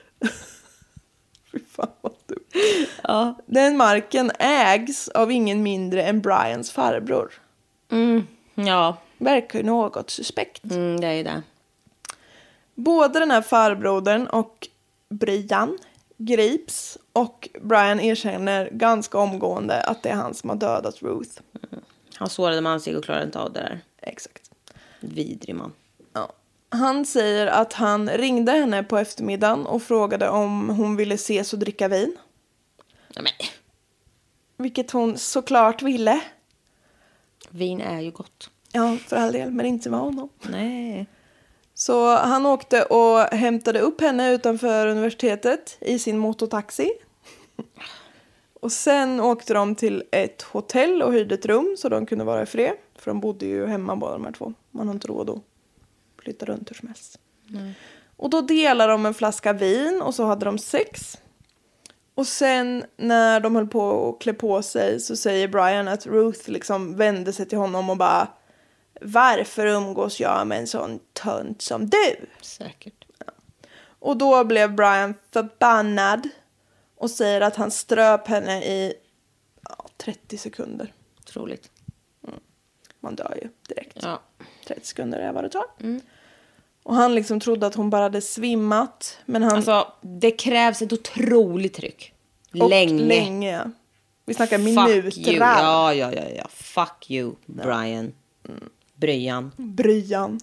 Fy fan vad du. Ja. Den marken ägs av ingen mindre än Brians farbror. Mm. Ja. Verkar ju något suspekt. Mm, det är ju det. Både den här farbrodern och Brian grips. Och Brian erkänner ganska omgående att det är han som har dödat Ruth. Mm. Han sårade man sig och klarade inte av det där. Exakt. Vidrig man. Ja. Han säger att han ringde henne på eftermiddagen och frågade om hon ville ses och dricka vin. Nej. Vilket hon såklart ville. Vin är ju gott. Ja, för all del, men inte med honom. Nej. Så han åkte och hämtade upp henne utanför universitetet i sin motortaxi. Och sen åkte de till ett hotell och hyrde ett rum så de kunde vara i fred. För de bodde ju hemma båda de här två. Man har inte råd att flytta runt hur som helst. Mm. Och då delade de en flaska vin och så hade de sex. Och sen när de höll på att klä på sig så säger Brian att Ruth liksom vände sig till honom och bara: varför umgås jag med en sån tönt som du? Säkert. Ja. Och då blev Brian förbannad och säger att han ströp henne i ja, trettio sekunder. Troligt. Mm. Man dör ju direkt. Ja. trettio sekunder är vad det tar. Mm. Och han liksom trodde att hon bara hade svimmat. Men han... Alltså, det krävs ett otroligt tryck. Och länge. länge, ja. Vi snackar Fuck minuter. you. Ja, ja, ja, ja. Fuck you, Brian. Mm. Bryan. Bryan.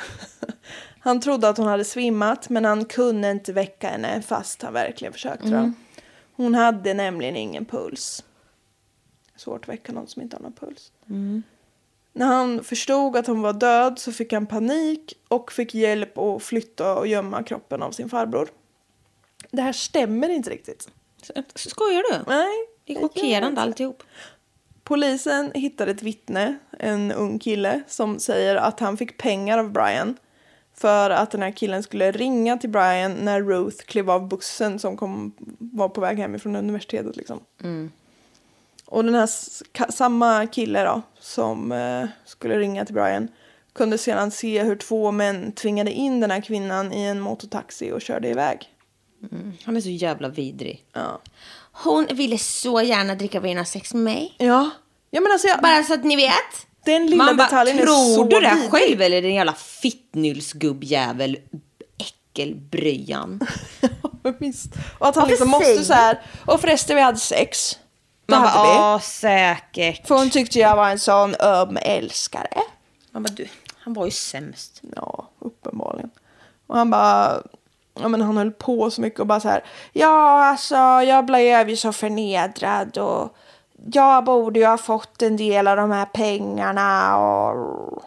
Han trodde att hon hade svimmat, men han kunde inte väcka henne fast han verkligen försökt. Mm. Hon hade nämligen ingen puls. Svårt att väcka någon som inte har någon puls. Mm. När han förstod att hon var död så fick han panik och fick hjälp att flytta och gömma kroppen av sin farbror. Det här stämmer inte riktigt. Skojar du? Nej. Det är chockerande alltihop. Polisen hittade ett vittne, en ung kille, som säger att han fick pengar av Brian för att den här killen skulle ringa till Brian när Ruth klev av bussen som kom, var på väg hemifrån universitetet. Liksom. Mm. Och den här samma kille då, som eh, skulle ringa till Brian kunde sedan se hur två män tvingade in den här kvinnan i en motortaxi och körde iväg. Mm. Han är så jävla vidrig. Ja. Hon ville så gärna dricka vin och sex med mig. Ja. Ja men alltså jag... Bara så att ni vet. Den lilla man detaljen bara, är så tror du det vidrig. själv eller den jävla fittnylsgubbjävel äckelbryan. Ja, visst. Och att han liksom måste så här. Och förresten vi hade sex. Det man hade bara, ja säkert. För hon tyckte jag var en sån öm älskare. Man bara, du, han var ju sämst. Ja, uppenbarligen. Och han bara... Ja, men han höll på så mycket och bara så här. Ja, alltså, jag blev ju så förnedrad och jag borde ju ha fått en del av de här pengarna och...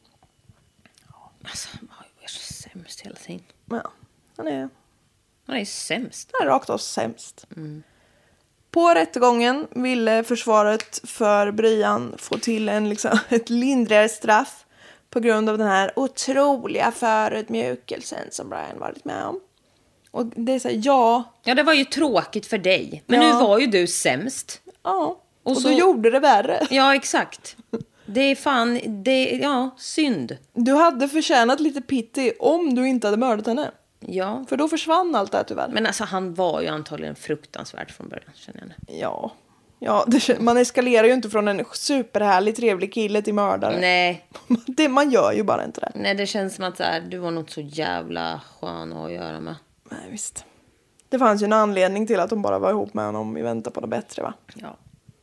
Alltså, han var ju så sämst hela tiden. Ja, han är... Han är sämst. Han är rakt av sämst. Mm. På rättegången ville försvaret för Brian få till en, liksom, ett lindrigare straff på grund av den här otroliga förödmjukelsen som Brian varit med om. Och det är så här, ja. Ja, det var ju tråkigt för dig. Men ja. Nu var ju du sämst. Ja, och, och så... du gjorde det värre. Ja, exakt. Det är fan, det ja, synd. Du hade förtjänat lite pity om du inte hade mördat henne. Ja. För då försvann allt det här tyvärr. Men alltså han var ju antagligen fruktansvärd från början, känner jag nu. Ja. Ja, det, man eskalerar ju inte från en superhärlig, trevlig kille till mördare. Nej. Det, man gör ju bara inte det. Nej, det känns som att så här, du var något så jävla skön att göra med. Nej, visst. Det fanns ju en anledning till att de bara var ihop med honom i väntan på något bättre, va? Ja.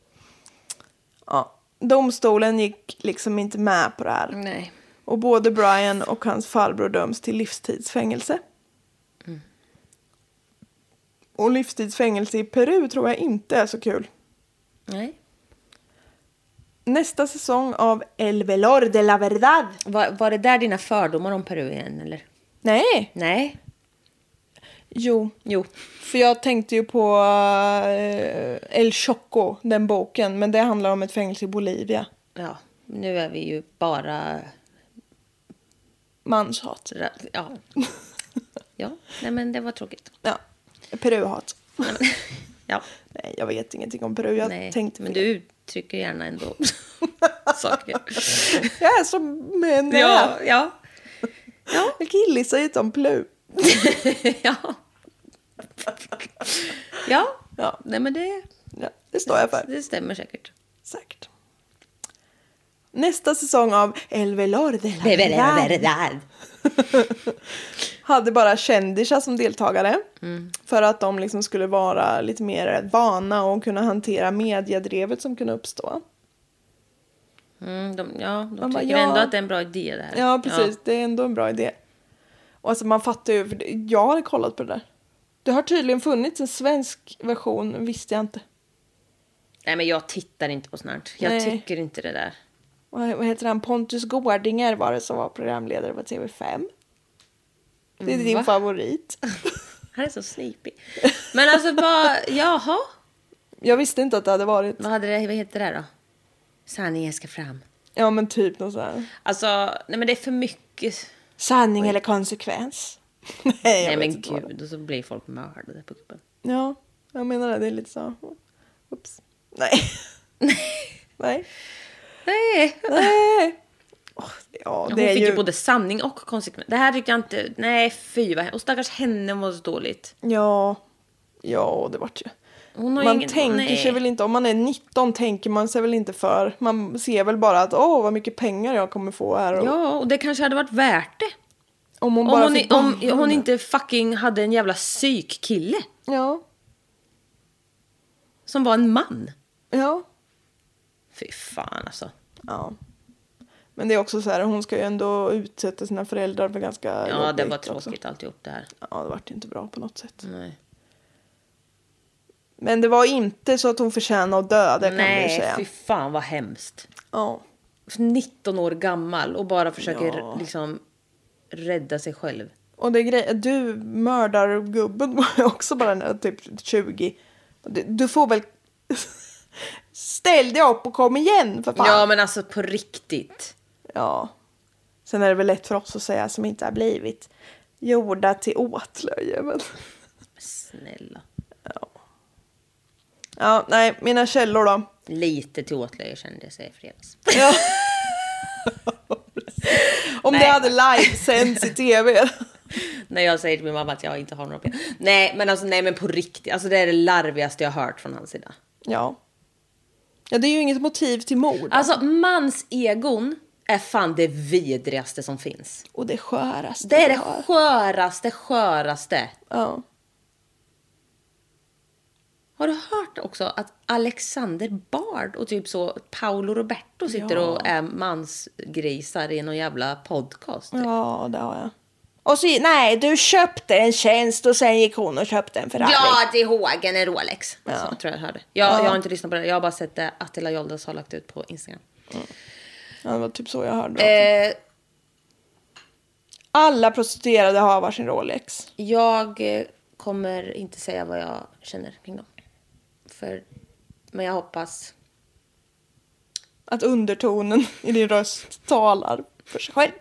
Ja. Domstolen gick liksom inte med på det här. Nej. Och både Brian och hans farbror döms till livstidsfängelse. Mm. Och livstidsfängelse i Peru tror jag inte är så kul. Nej. Nästa säsong av El Velor de la Verdad. Var, var det där dina fördomar om Peru igen, eller? Nej. Nej. Jo. Jo. För jag tänkte ju på uh, El Choco, den boken. Men det handlar om ett fängelse i Bolivia. Ja, nu är vi ju bara... Manshat. Ja. Ja, nej men det var tråkigt. Ja, Peru-hat. Nej, men, ja. Nej, jag vet ingenting om Peru. Jag nej, tänkte men du uttrycker gärna ändå saker. Jag är som män. Ja, ja. Ja. En killis utom plu. Ja. Ja. Ja. Nej, men det... Ja, det står jag för. Det stämmer säkert. Säkert. Nästa säsong av El Velor de la Verdad hade bara kändisar som deltagare. Mm. För att de liksom skulle vara lite mer vana och kunna hantera mediedrevet som kunde uppstå. Mm, de, ja, de Man tycker bara, ja. ändå att det är en bra idé det här. Ja, precis. Ja. Det är ändå en bra idé. Och alltså man fattar ju, för jag hade kollat på det där. Det har tydligen funnits en svensk version, visste jag inte. Nej, men jag tittar inte på snart. Jag Nej. tycker inte det där. Vad, vad heter han? Pontus Gårdinger var det som var programledare på T V fem. Det är din Va? favorit. Han är så snipig. Men alltså bara, jaha. Jag visste inte att det hade varit. Vad hade det, vad heter det då? Sanningen ska fram. Ja, men typ något sådär. Alltså, nej men det är för mycket. Sanning eller konsekvens? Nej, jag Nej vet men inte vad det är. gud, och så blir folk mördade på kuppen. Ja, jag menar det. Det är lite så. Oops. Nej. Nej. Nej. Nej. Oh, ja, Hon det är fick ju ju... både sanning och konsekvens. Det här tycker jag inte. Nej, fy vad. Och stackars henne var så dåligt. Ja. Ja, det vart ju. Hon har Man ingen... tänker nej. sig väl inte, om man är nitton tänker man sig väl inte för. Man ser väl bara att åh, vad mycket pengar jag kommer få här. Och... Ja, och det kanske hade varit värt det. Om hon, Om bara hon, fick om barn. hon inte fucking hade en jävla psykkille. Ja. Som var en man. Ja. Fy fan alltså. Ja. Men det är också så här, hon ska ju ändå utsätta sina föräldrar för ganska Ja, det var jobbigt också. tråkigt alltihop det här. Ja, det vart ju inte bra på något sätt. Nej. Men det var inte så att hon förtjänade att dö, det kan man ju Nej, säga. fy fan vad hemskt. Ja. nitton år gammal och bara försöker Ja. liksom rädda sig själv. Och det är grej, du mördar gubben var ju också bara när typ tjugo. Du, du får väl ställ dig upp och kom igen för fan. Ja, men alltså på riktigt. Ja. Sen är det väl lätt för oss att säga som inte har blivit gjorda till åtlöje. Men... Snälla. Ja, nej, mina källor då. Lite till åtlöje kände jag sig i fredags. Ja. Om Nej. det hade livesänds i tv. När jag säger till min mamma att jag inte har några ben. Nej, men alltså nej, men på riktigt. Alltså det är det larvigaste jag har hört från hans sida. Ja. Ja, det är ju inget motiv till mord. Alltså mans egon är fan det vidrigaste som finns. Och det sköraste. Det är vi det har. sköraste, sköraste. Ja. Har du hört också att Alexander Bard och typ så Paolo Roberto sitter Ja. och är mansgrisar i någon jävla podcast? Typ. Ja, det har jag. Och så, nej, du köpte en tjänst och sen gick hon och köpte en Ferrari. Glad i hågen en Rolex. Ja. Så tror jag jag hörde. Jag, Ja. jag har inte lyssnat på det. Jag har bara sett det Attila Joldas har lagt ut på Instagram. Ja, det var typ så jag hörde. Eh, Alla prostituerade har varsin Rolex. jag eh, kommer inte säga vad jag känner kring dem. För, men jag hoppas. Att undertonen i din röst talar för sig själv.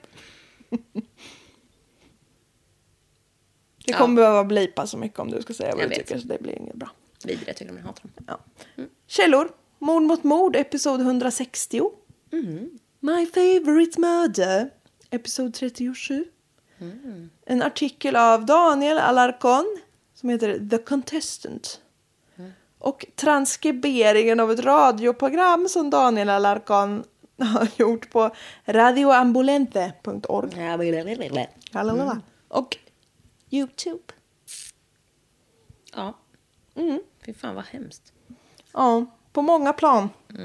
Det Ja. kommer behöva blipa så mycket om du ska säga vad Jag du vet. tycker, så det blir inget bra. Vidare tycker de jag hatar dem. Ja. Källor. Mord mot mord, episod hundrasextio. My favorite murder, episod trettiosju. En artikel av Daniel Alarcon som heter The Contestant. Och transkriberingen av ett radioprogram som Daniel Alarcon har gjort på radioambulante punkt org. Mm. Och YouTube. Ja. Mm. Fy fan vad hemskt. Ja, på många plan.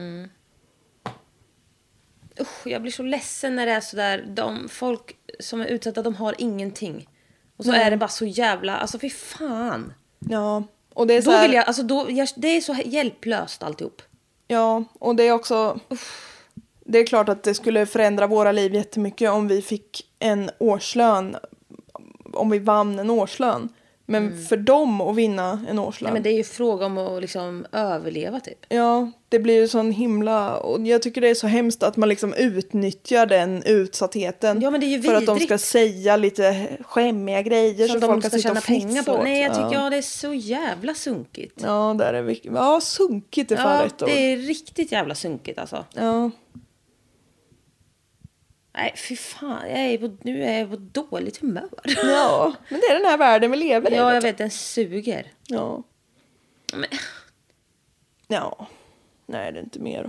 Usch, jag blir så ledsen när det är så där. De folk som är utsatta, de har ingenting. Och så är det bara så jävla, alltså fy fan. Ja, och det är så Då här, vill jag, alltså då, jag, det är så hjälplöst alltihop. ja, och det är också det är klart att det skulle förändra våra liv jättemycket om vi fick en årslön, om vi vann en årslön. Men för dem att vinna en årslön. Nej, men det är ju fråga om att liksom överleva typ. Ja, det blir ju sån himla... Och jag tycker det är så hemskt att man liksom utnyttjar den utsattheten. Ja, men det är ju för att de vidrigt. ska säga lite skämmiga grejer. Så Så, att de folk ska kan sitta tjäna och pengar fnissa på. åt. Nej, jag tycker ja. ja, det är så jävla sunkigt. Ja, där är vi... ja, sunkigt är fan Ja, rätt ord. det är riktigt jävla sunkigt alltså. Ja. Nej, fy fan. Jag är på, nu är jag på dåligt humör. ja, men det är den här världen vi lever i. Ja, jag vet du. vet, den suger. Ja. Men, Ja. Nej, det är inte mer.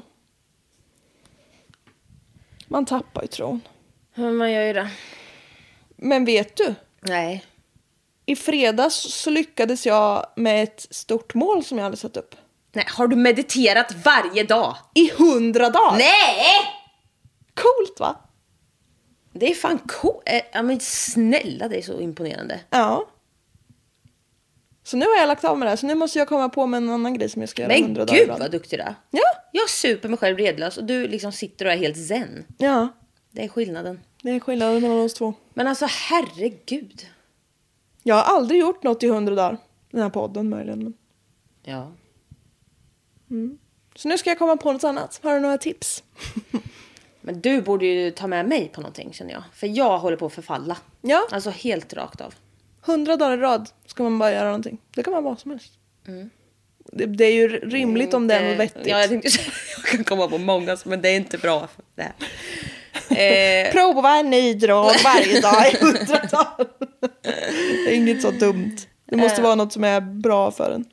Man tappar ju tron. men man gör ju det. Men vet du? Nej. I fredags så lyckades jag med ett stort mål som jag hade satt upp. Nej, har du mediterat varje dag? I hundra dagar! Nej! Coolt va? Det är fan cool. Ja, men snälla, det är så imponerande. Ja. Så nu har jag lagt av med det här. Så nu måste jag komma på med en annan grej som jag ska göra. Men gud vad duktig du är. Ja. Jag super mig själv redlös och du liksom sitter och är helt zen. Ja. Det är skillnaden. Det är skillnaden mellan oss två. Men alltså herregud. Jag har aldrig gjort något i hundra dagar. Den här podden möjligen. Men... Ja. Mm. Så nu ska jag komma på något annat. Har du några tips? Men du borde ju ta med mig på någonting, känner jag. För jag håller på att förfalla. Ja. Alltså helt rakt av. Hundra dagar i rad ska man bara göra någonting. Det kan vara vad som helst. Mm. Det, det är ju rimligt om det är något vettigt. Ja, jag tänkte jag kan komma på många, men det är inte bra för det här. eh. Prova en ny drog varje dag i hundra dagar. Det är inget så dumt. Det måste eh. vara något som är bra för en.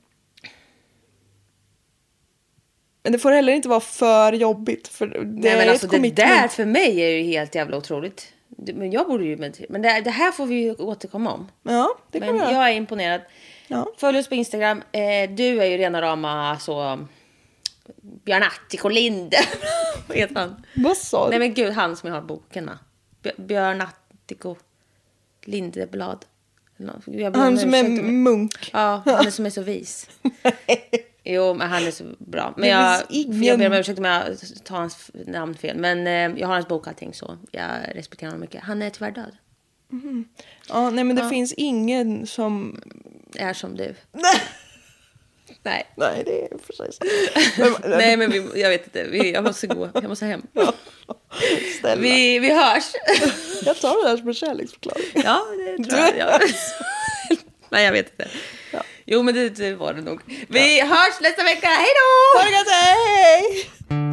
Men det får heller inte vara för jobbigt. För det, Nej, men alltså, det där för mig är ju helt jävla otroligt. Men jag borde ju meditera. Men det, det här får vi ju återkomma om. Ja, det kan Men jag. jag är imponerad. Ja. Följ oss på Instagram. Eh, du är ju rena rama så... Björn Attiko Linde. Vad heter han? Vad sa du? Nej men gud, han som jag har boken med. Björn Attiko Lindeblad. Han som är munk. Ja, han är som är så vis. Jo, men han är så bra. Men jag, ingen... jag ber om ursäkt om jag tar hans namn fel. Men eh, jag har hans bok och allting, så jag respekterar honom mycket. Han är tyvärr död. Mm. Ja, nej men det ja. finns ingen som... Är som du. Nej. Nej. Nej, det är precis. Men, nej, men vi, jag vet inte. Vi, jag måste gå. Jag måste hem. Ja. Vi, vi hörs. Jag tar det där som en kärleksförklaring. Ja, det tror jag. jag. Nej, jag vet inte. Ja. Jo, men det, det var det nog. Vi ja. hörs nästa vecka. Hej då! Ha det gott, hej!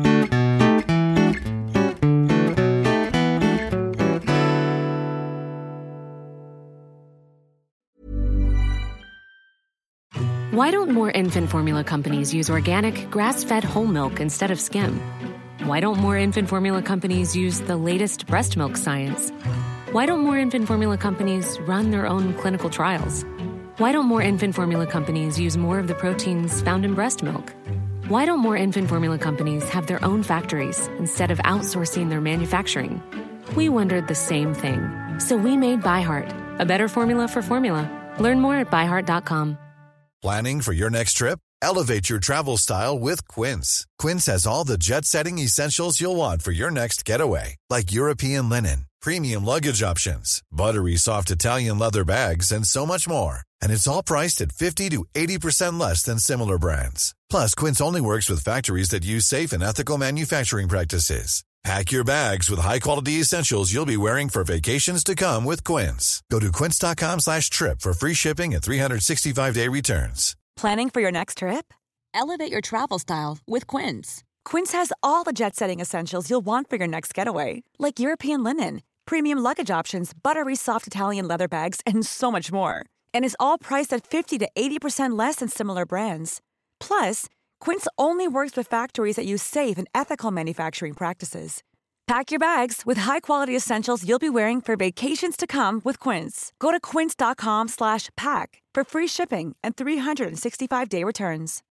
Why don't more infant formula companies use organic, grass-fed whole milk instead of skim? Why don't more infant formula companies use the latest breast milk science? Why don't more infant formula companies run their own clinical trials? Why don't more infant formula companies use more of the proteins found in breast milk? Why don't more infant formula companies have their own factories instead of outsourcing their manufacturing? We wondered the same thing. So we made ByHeart, a better formula for formula. Learn more at by heart dot com. Planning for your next trip? Elevate your travel style with Quince. Quince has all the jet-setting essentials you'll want for your next getaway, like European linen, premium luggage options, buttery soft Italian leather bags, and so much more. And it's all priced at fifty to eighty percent less than similar brands. Plus, Quince only works with factories that use safe and ethical manufacturing practices. Pack your bags with high-quality essentials you'll be wearing for vacations to come with Quince. Go to quince.com slash trip for free shipping and three sixty-five day returns. Planning for your next trip? Elevate your travel style with Quince. Quince has all the jet-setting essentials you'll want for your next getaway, like European linen, premium luggage options, buttery soft Italian leather bags, and so much more. And is all priced at fifty to eighty percent less than similar brands. Plus, Quince only works with factories that use safe and ethical manufacturing practices. Pack your bags with high-quality essentials you'll be wearing for vacations to come with Quince. Go to quince.com slash pack for free shipping and three sixty-five day returns.